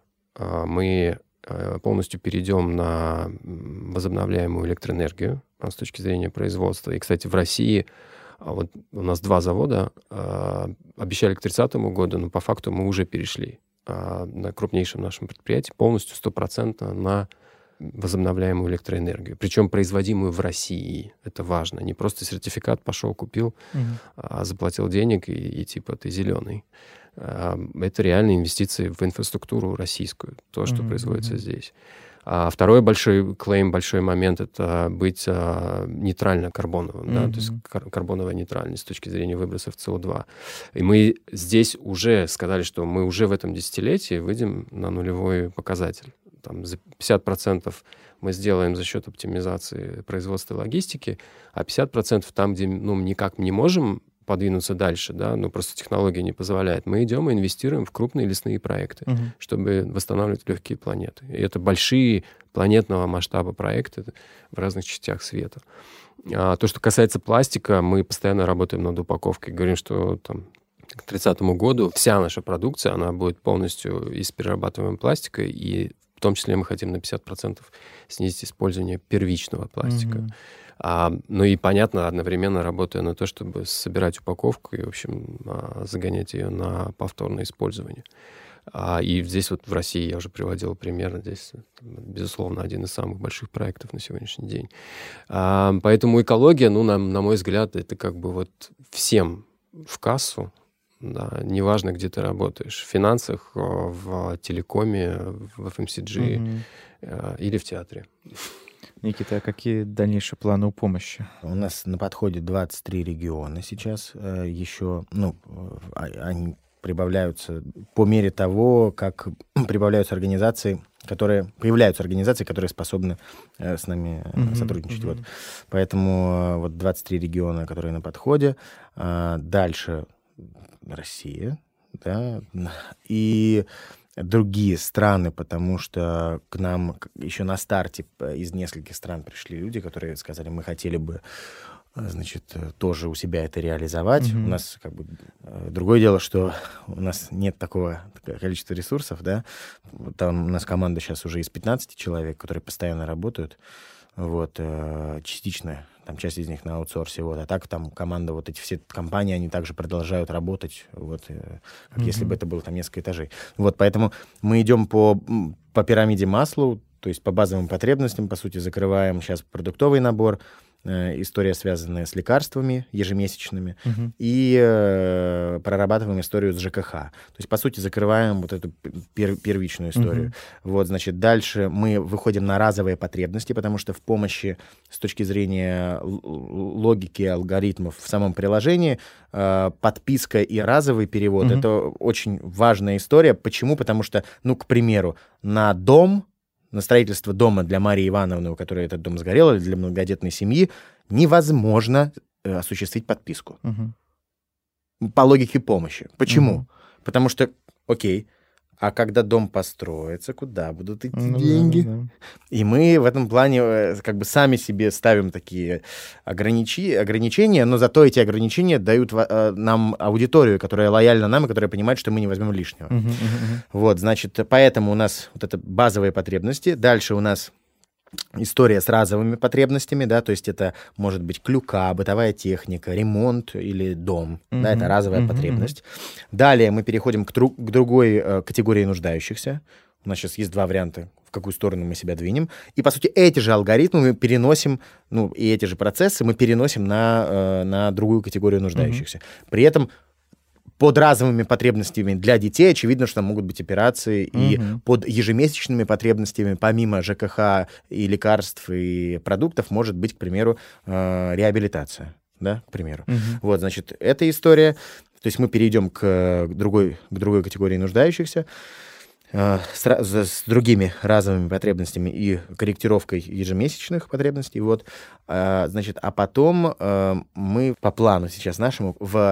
мы полностью перейдем на возобновляемую электроэнергию с точки зрения производства. И, кстати, в России вот у нас 2 завода обещали к 30 году, но по факту мы уже перешли на крупнейшем нашем предприятии полностью 100% на возобновляемую электроэнергию. Причем производимую в России. Это важно. Не просто сертификат пошел, купил, заплатил денег и типа ты зеленый. Это реальные инвестиции в инфраструктуру российскую, то, что производится здесь. Второй большой клейм, большой момент — это быть нейтрально карбоновым, да, то есть карбоновая нейтральность с точки зрения выбросов СО2. И мы здесь уже сказали, что мы уже в этом десятилетии выйдем на нулевой показатель. там, за 50% мы сделаем за счет оптимизации производства и логистики, а 50% там, где никак не можем подвинуться дальше, да, просто технология не позволяет, мы идем и инвестируем в крупные лесные проекты, чтобы восстанавливать легкие планеты. И это большие планетного масштаба проекты в разных частях света. А то, что касается пластика, мы постоянно работаем над упаковкой. Говорим, что там, к 30 году вся наша продукция, она будет полностью из перерабатываемого пластика, и в том числе мы хотим на 50% снизить использование первичного пластика. И, понятно, одновременно работая на то, чтобы собирать упаковку и, в общем, загонять ее на повторное использование. И здесь вот в России, я уже приводил пример, здесь, безусловно, один из самых больших проектов на сегодняшний день. Поэтому экология, на мой взгляд, это как бы вот всем в кассу, да, неважно, где ты работаешь, в финансах, в телекоме, в FMCG или в театре. Никита, а какие дальнейшие планы у помощи? У нас на подходе 23 региона сейчас. Еще, они прибавляются по мере того, как появляются организации, которые способны с нами сотрудничать. Вот. Поэтому вот 23 региона, которые на подходе. Дальше Россия, да, и другие страны, потому что к нам еще на старте из нескольких стран пришли люди, которые сказали, мы хотели бы, тоже у себя это реализовать. У нас другое дело, что у нас нет такого количества ресурсов, да. Там у нас команда сейчас уже из 15 человек, которые постоянно работают, вот, частично. Там часть из них на аутсорсе, вот, а так там команда, вот эти все компании, они также продолжают работать, вот, как если бы это было там несколько этажей. Вот, поэтому мы идем по пирамиде Маслоу, то есть по базовым потребностям, по сути, закрываем сейчас продуктовый набор, история, связанная с лекарствами ежемесячными, и прорабатываем историю с ЖКХ. То есть, по сути, закрываем вот эту первичную историю. Вот, значит, дальше мы выходим на разовые потребности, потому что в помощи с точки зрения логики алгоритмов в самом приложении подписка и разовый перевод — это очень важная история. Почему? Потому что, к примеру, на строительство дома для Марии Ивановны, у которой этот дом сгорел, или для многодетной семьи, невозможно осуществить подписку. По логике помощи. Почему? Потому что, окей, а когда дом построится, куда будут идти деньги? Да. И мы в этом плане как бы сами себе ставим такие ограничения, но зато эти ограничения дают нам аудиторию, которая лояльна нам и которая понимает, что мы не возьмем лишнего. Вот, значит, поэтому у нас вот это базовые потребности. Дальше у нас история с разовыми потребностями, да, то есть это может быть клюка, бытовая техника, ремонт или дом, да, это разовая потребность. Далее мы переходим к другой категории нуждающихся. У нас сейчас есть два варианта, в какую сторону мы себя двинем. И, по сути, эти же алгоритмы мы переносим, и эти же процессы мы переносим на другую категорию нуждающихся. При этом под разовыми потребностями для детей очевидно, что там могут быть операции, и под ежемесячными потребностями, помимо ЖКХ и лекарств и продуктов, может быть, к примеру, реабилитация, да, к примеру. Вот, значит, эта история. То есть мы перейдем к другой категории нуждающихся с другими разовыми потребностями и корректировкой ежемесячных потребностей. Вот, значит, а потом мы по плану сейчас нашему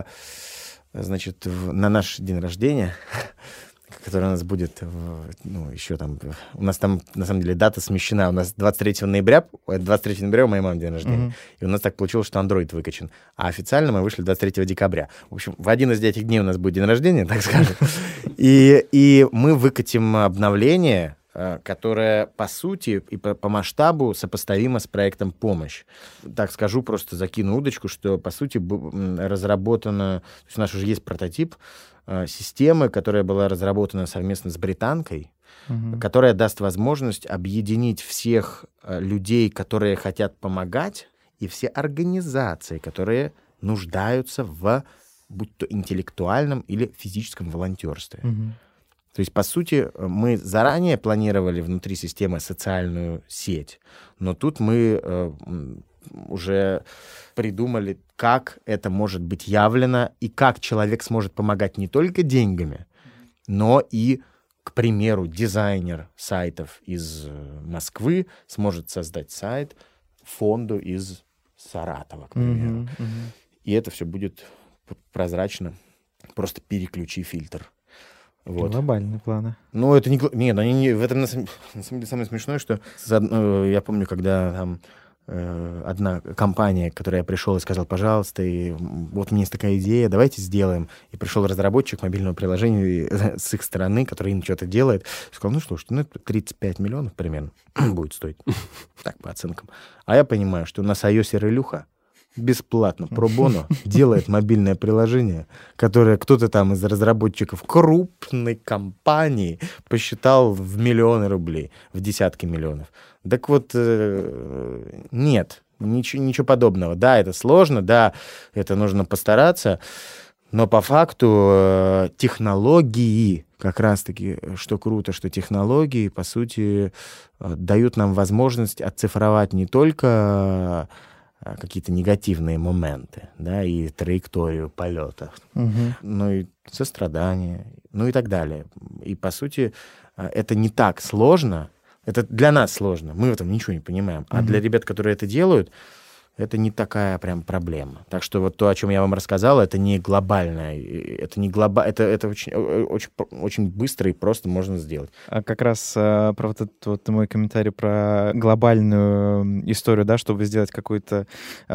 на наш день рождения, который у нас будет, еще там... У нас там, на самом деле, дата смещена. У нас 23 ноября у моей мамы день рождения. И у нас так получилось, что Android выкачан. А официально мы вышли 23 декабря. В общем, в один из этих дней у нас будет день рождения, так скажем. И мы выкатим обновление, которая, по сути, и по масштабу сопоставима с проектом «Помощь». Так скажу, просто закину удочку, что, по сути, разработана... То есть у нас уже есть прототип системы, которая была разработана совместно с британкой, которая даст возможность объединить всех людей, которые хотят помогать, и все организации, которые нуждаются в, будь то интеллектуальном или физическом волонтерстве. То есть, по сути, мы заранее планировали внутри системы социальную сеть, но тут мы уже придумали, как это может быть явлено и как человек сможет помогать не только деньгами, но и к примеру, дизайнер сайтов из Москвы сможет создать сайт фонду из Саратова, к примеру. И это все будет прозрачно. Просто переключи фильтр. Вот. Глобальные планы. Ну, это не... Нет, они не... В этом, на самом деле, самое смешное, что я помню, когда там одна компания, к которой я пришел и сказал, пожалуйста, и вот у меня есть такая идея, давайте сделаем. И пришел разработчик мобильного приложения с их стороны, который им что-то делает. Сказал, ну, слушайте, это 35 миллионов примерно будет стоить. Так, по оценкам. А я понимаю, что у нас iOS Илюха бесплатно, про-боно, делает мобильное приложение, которое кто-то там из разработчиков крупной компании посчитал в миллионы рублей, в десятки миллионов. Так вот, нет, ничего подобного. Да, это сложно, да, это нужно постараться, но по факту технологии, как раз-таки, что круто, что технологии, по сути, дают нам возможность оцифровать не только какие-то негативные моменты, да, и траекторию полета, но и сострадание, ну и так далее. И, по сути, это не так сложно, это для нас сложно, мы в этом ничего не понимаем, а для ребят, которые это делают, это не такая прям проблема. Так что вот то, о чем я вам рассказал, это не глобальное, это очень быстро и просто можно сделать. А как раз про вот этот вот мой комментарий про глобальную историю, да, чтобы сделать какую-то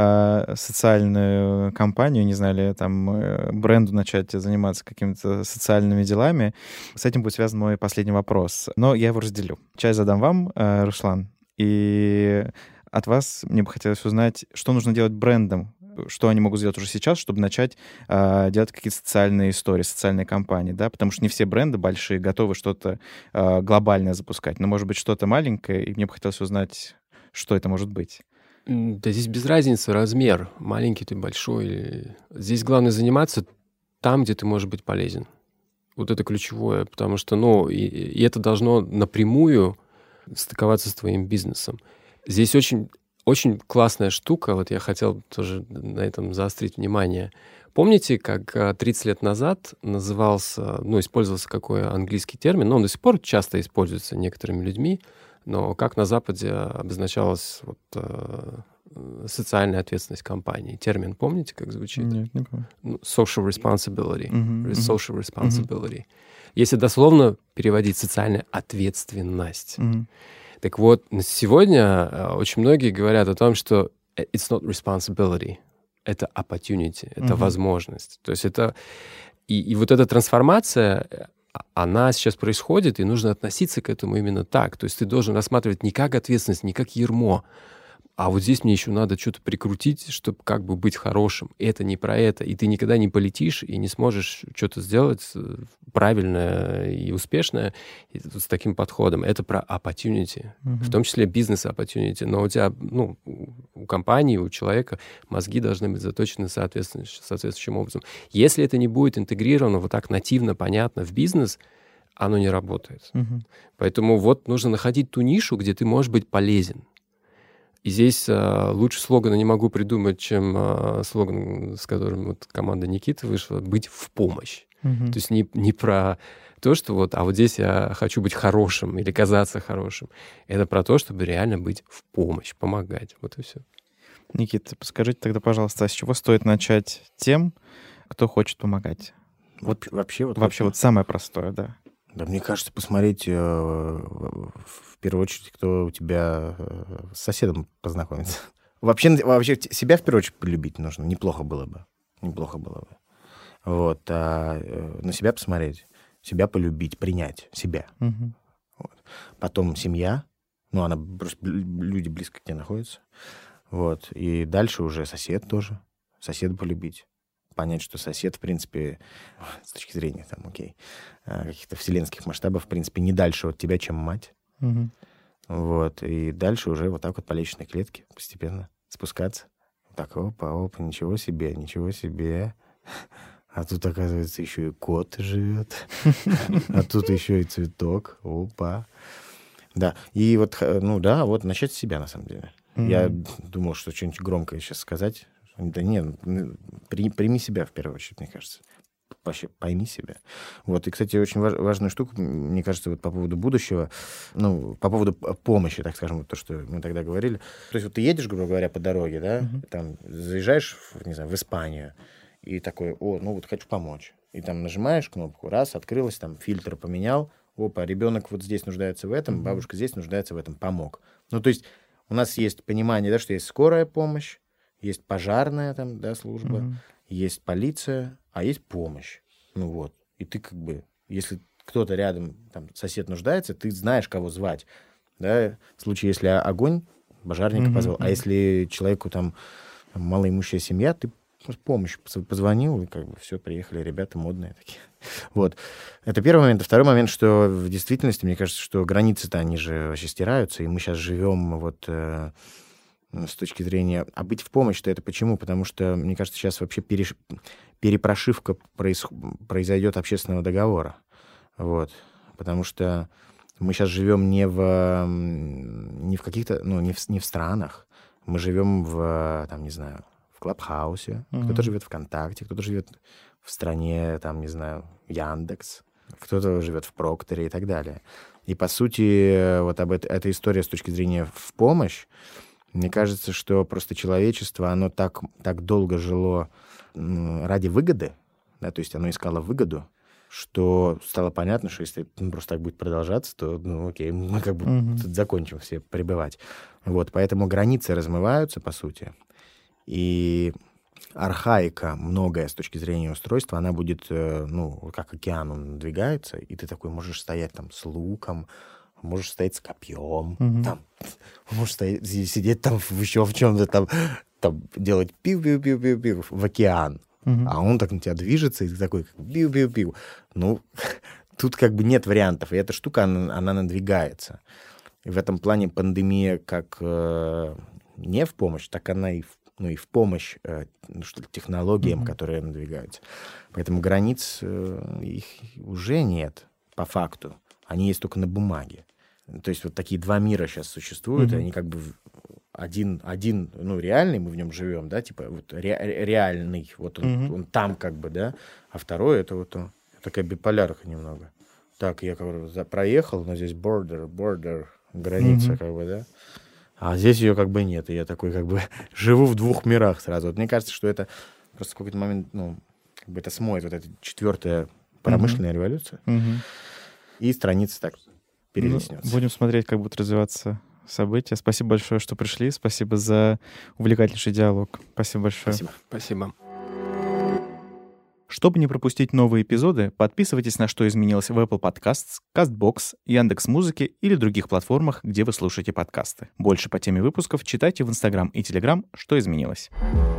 социальную кампанию, не знаю, или там бренду начать заниматься какими-то социальными делами, с этим будет связан мой последний вопрос. Но я его разделю. Часть задам вам, Руслан, и от вас мне бы хотелось узнать, что нужно делать брендам, что они могут сделать уже сейчас, чтобы начать делать какие-то социальные истории, социальные кампании, да, потому что не все бренды большие готовы что-то глобальное запускать, но, может быть, что-то маленькое, и мне бы хотелось узнать, что это может быть. Да здесь без разницы размер, маленький ты, большой. Здесь главное заниматься там, где ты можешь быть полезен. Вот это ключевое, потому что, и это должно напрямую стыковаться с твоим бизнесом. Здесь очень, очень классная штука, вот я хотел тоже на этом заострить внимание. Помните, как 30 лет назад использовался какой английский термин, он до сих пор часто используется некоторыми людьми, но как на Западе обозначалась социальная ответственность компании? Термин помните, как звучит? Нет, не помню. Social responsibility. Social responsibility. Если дословно переводить, социальная ответственность. Так вот, сегодня очень многие говорят о том, что it's not responsibility, это opportunity, это возможность. То есть это... И вот эта трансформация, она сейчас происходит, и нужно относиться к этому именно так. То есть ты должен рассматривать не как ответственность, не как ярмо, а вот здесь мне еще надо что-то прикрутить, чтобы как бы быть хорошим. Это не про это. И ты никогда не полетишь и не сможешь что-то сделать правильное и успешное с таким подходом. Это про opportunity, в том числе бизнес-opportunity. Но у тебя, у компании, у человека мозги должны быть заточены соответствующим образом. Если это не будет интегрировано вот так нативно, понятно в бизнес, оно не работает. Поэтому вот нужно находить ту нишу, где ты можешь быть полезен. И здесь лучше слогана не могу придумать, чем слоган, с которым вот команда Никиты вышла, «Быть в помощь». То есть не про то, что а вот здесь я хочу быть хорошим или казаться хорошим. Это про то, чтобы реально быть в помощь, помогать. Вот и все. Никита, подскажите тогда, пожалуйста, с чего стоит начать тем, кто хочет помогать? Вообще вот самое простое, да. Да, мне кажется, посмотреть в первую очередь, кто у тебя с соседом познакомится. Вообще себя в первую очередь полюбить нужно. Неплохо было бы. Вот. На себя посмотреть, себя полюбить, принять себя. Вот. Потом семья. Она просто люди близко к тебе находятся. Вот. И дальше уже сосед тоже. Соседа полюбить. Понять, что сосед, в принципе, с точки зрения каких-то вселенских масштабов, в принципе, не дальше от тебя, чем мать. Вот. И дальше уже вот так вот по лестничной клетке постепенно спускаться. Так, опа, ничего себе. А тут, оказывается, еще и кот живет. А тут еще и цветок. Опа. Да. И вот, начать с себя, на самом деле. Я думал, что что-нибудь громкое сейчас сказать. Да нет, прими себя в первую очередь, мне кажется. вообще пойми себя. Вот, и, кстати, очень важную штуку, мне кажется, вот по поводу будущего, ну, по поводу помощи, так скажем, вот то, что мы тогда говорили. То есть вот ты едешь, грубо говоря, по дороге, да, там заезжаешь, не знаю, в Испанию, и такой, ну вот хочу помочь. И там нажимаешь кнопку, раз, открылось, там фильтр поменял, опа, ребенок вот здесь нуждается в этом, бабушка здесь нуждается в этом, помог. Ну, то есть у нас есть понимание, да, что есть скорая помощь, есть пожарная там, да, служба, есть полиция, а есть помощь. Ну вот. И ты как бы, если кто-то рядом, там, сосед нуждается, ты знаешь, кого звать. Да? В случае, если огонь, пожарника позвал. А если человеку там малоимущая семья, ты помощь позвонил, и как бы все, приехали ребята модные такие. Вот. Это первый момент. Второй момент, что в действительности, мне кажется, что границы-то, они же вообще стираются, и мы сейчас живем вот с точки зрения... А быть в помощь-то это почему? Потому что, мне кажется, сейчас вообще перепрошивка произойдет общественного договора. Вот. Потому что мы сейчас живем не в каких-то... Ну, не в странах. Мы живем в, там, не знаю, в Клабхаусе. Кто-то живет ВКонтакте, кто-то живет в стране, там, не знаю, Яндекс. Кто-то живет в Прокторе и так далее. И, по сути, вот эта история с точки зрения в помощь, мне кажется, что просто человечество, оно так долго жило ради выгоды, да, то есть оно искало выгоду, что стало понятно, что если просто так будет продолжаться, то, ну, окей, мы как бы тут закончим все пребывать. Вот, поэтому границы размываются, по сути, и архаика многое с точки зрения устройства, она будет, ну, как океан, он надвигается, и ты такой можешь стоять там с луком, можешь стоять с копьем, там, можешь сидеть там еще в чем-то там делать пиу-пиу-пиу-пиу-пиу в океан. А он так на тебя движется, и ты такой пиу-пиу-пиу. Ну, тут как бы нет вариантов, и эта штука, она надвигается. И в этом плане пандемия как не в помощь, так она и в помощь технологиям, которые надвигаются. Поэтому границ их уже нет, по факту. Они есть только на бумаге. То есть вот такие два мира сейчас существуют, и они как бы один, ну, реальный, мы в нем живем, да, типа вот реальный, вот он там как бы, да, а второй это вот такая биполярка немного. Так, я как бы проехал, но здесь border, граница как бы, да, а здесь ее как бы нет, и я такой как бы живу в двух мирах сразу. Вот мне кажется, что это просто в какой-то момент, ну, как бы это смоет вот эта 4-я промышленная революция, и страница так перелистнется. Ну, будем смотреть, как будут развиваться события. Спасибо большое, что пришли. Спасибо за увлекательнейший диалог. Спасибо большое. Спасибо. Чтобы не пропустить новые эпизоды, подписывайтесь на «Что изменилось» в Apple Podcasts, CastBox, Яндекс.Музыке или других платформах, где вы слушаете подкасты. Больше по теме выпусков читайте в Instagram и Telegram «Что изменилось».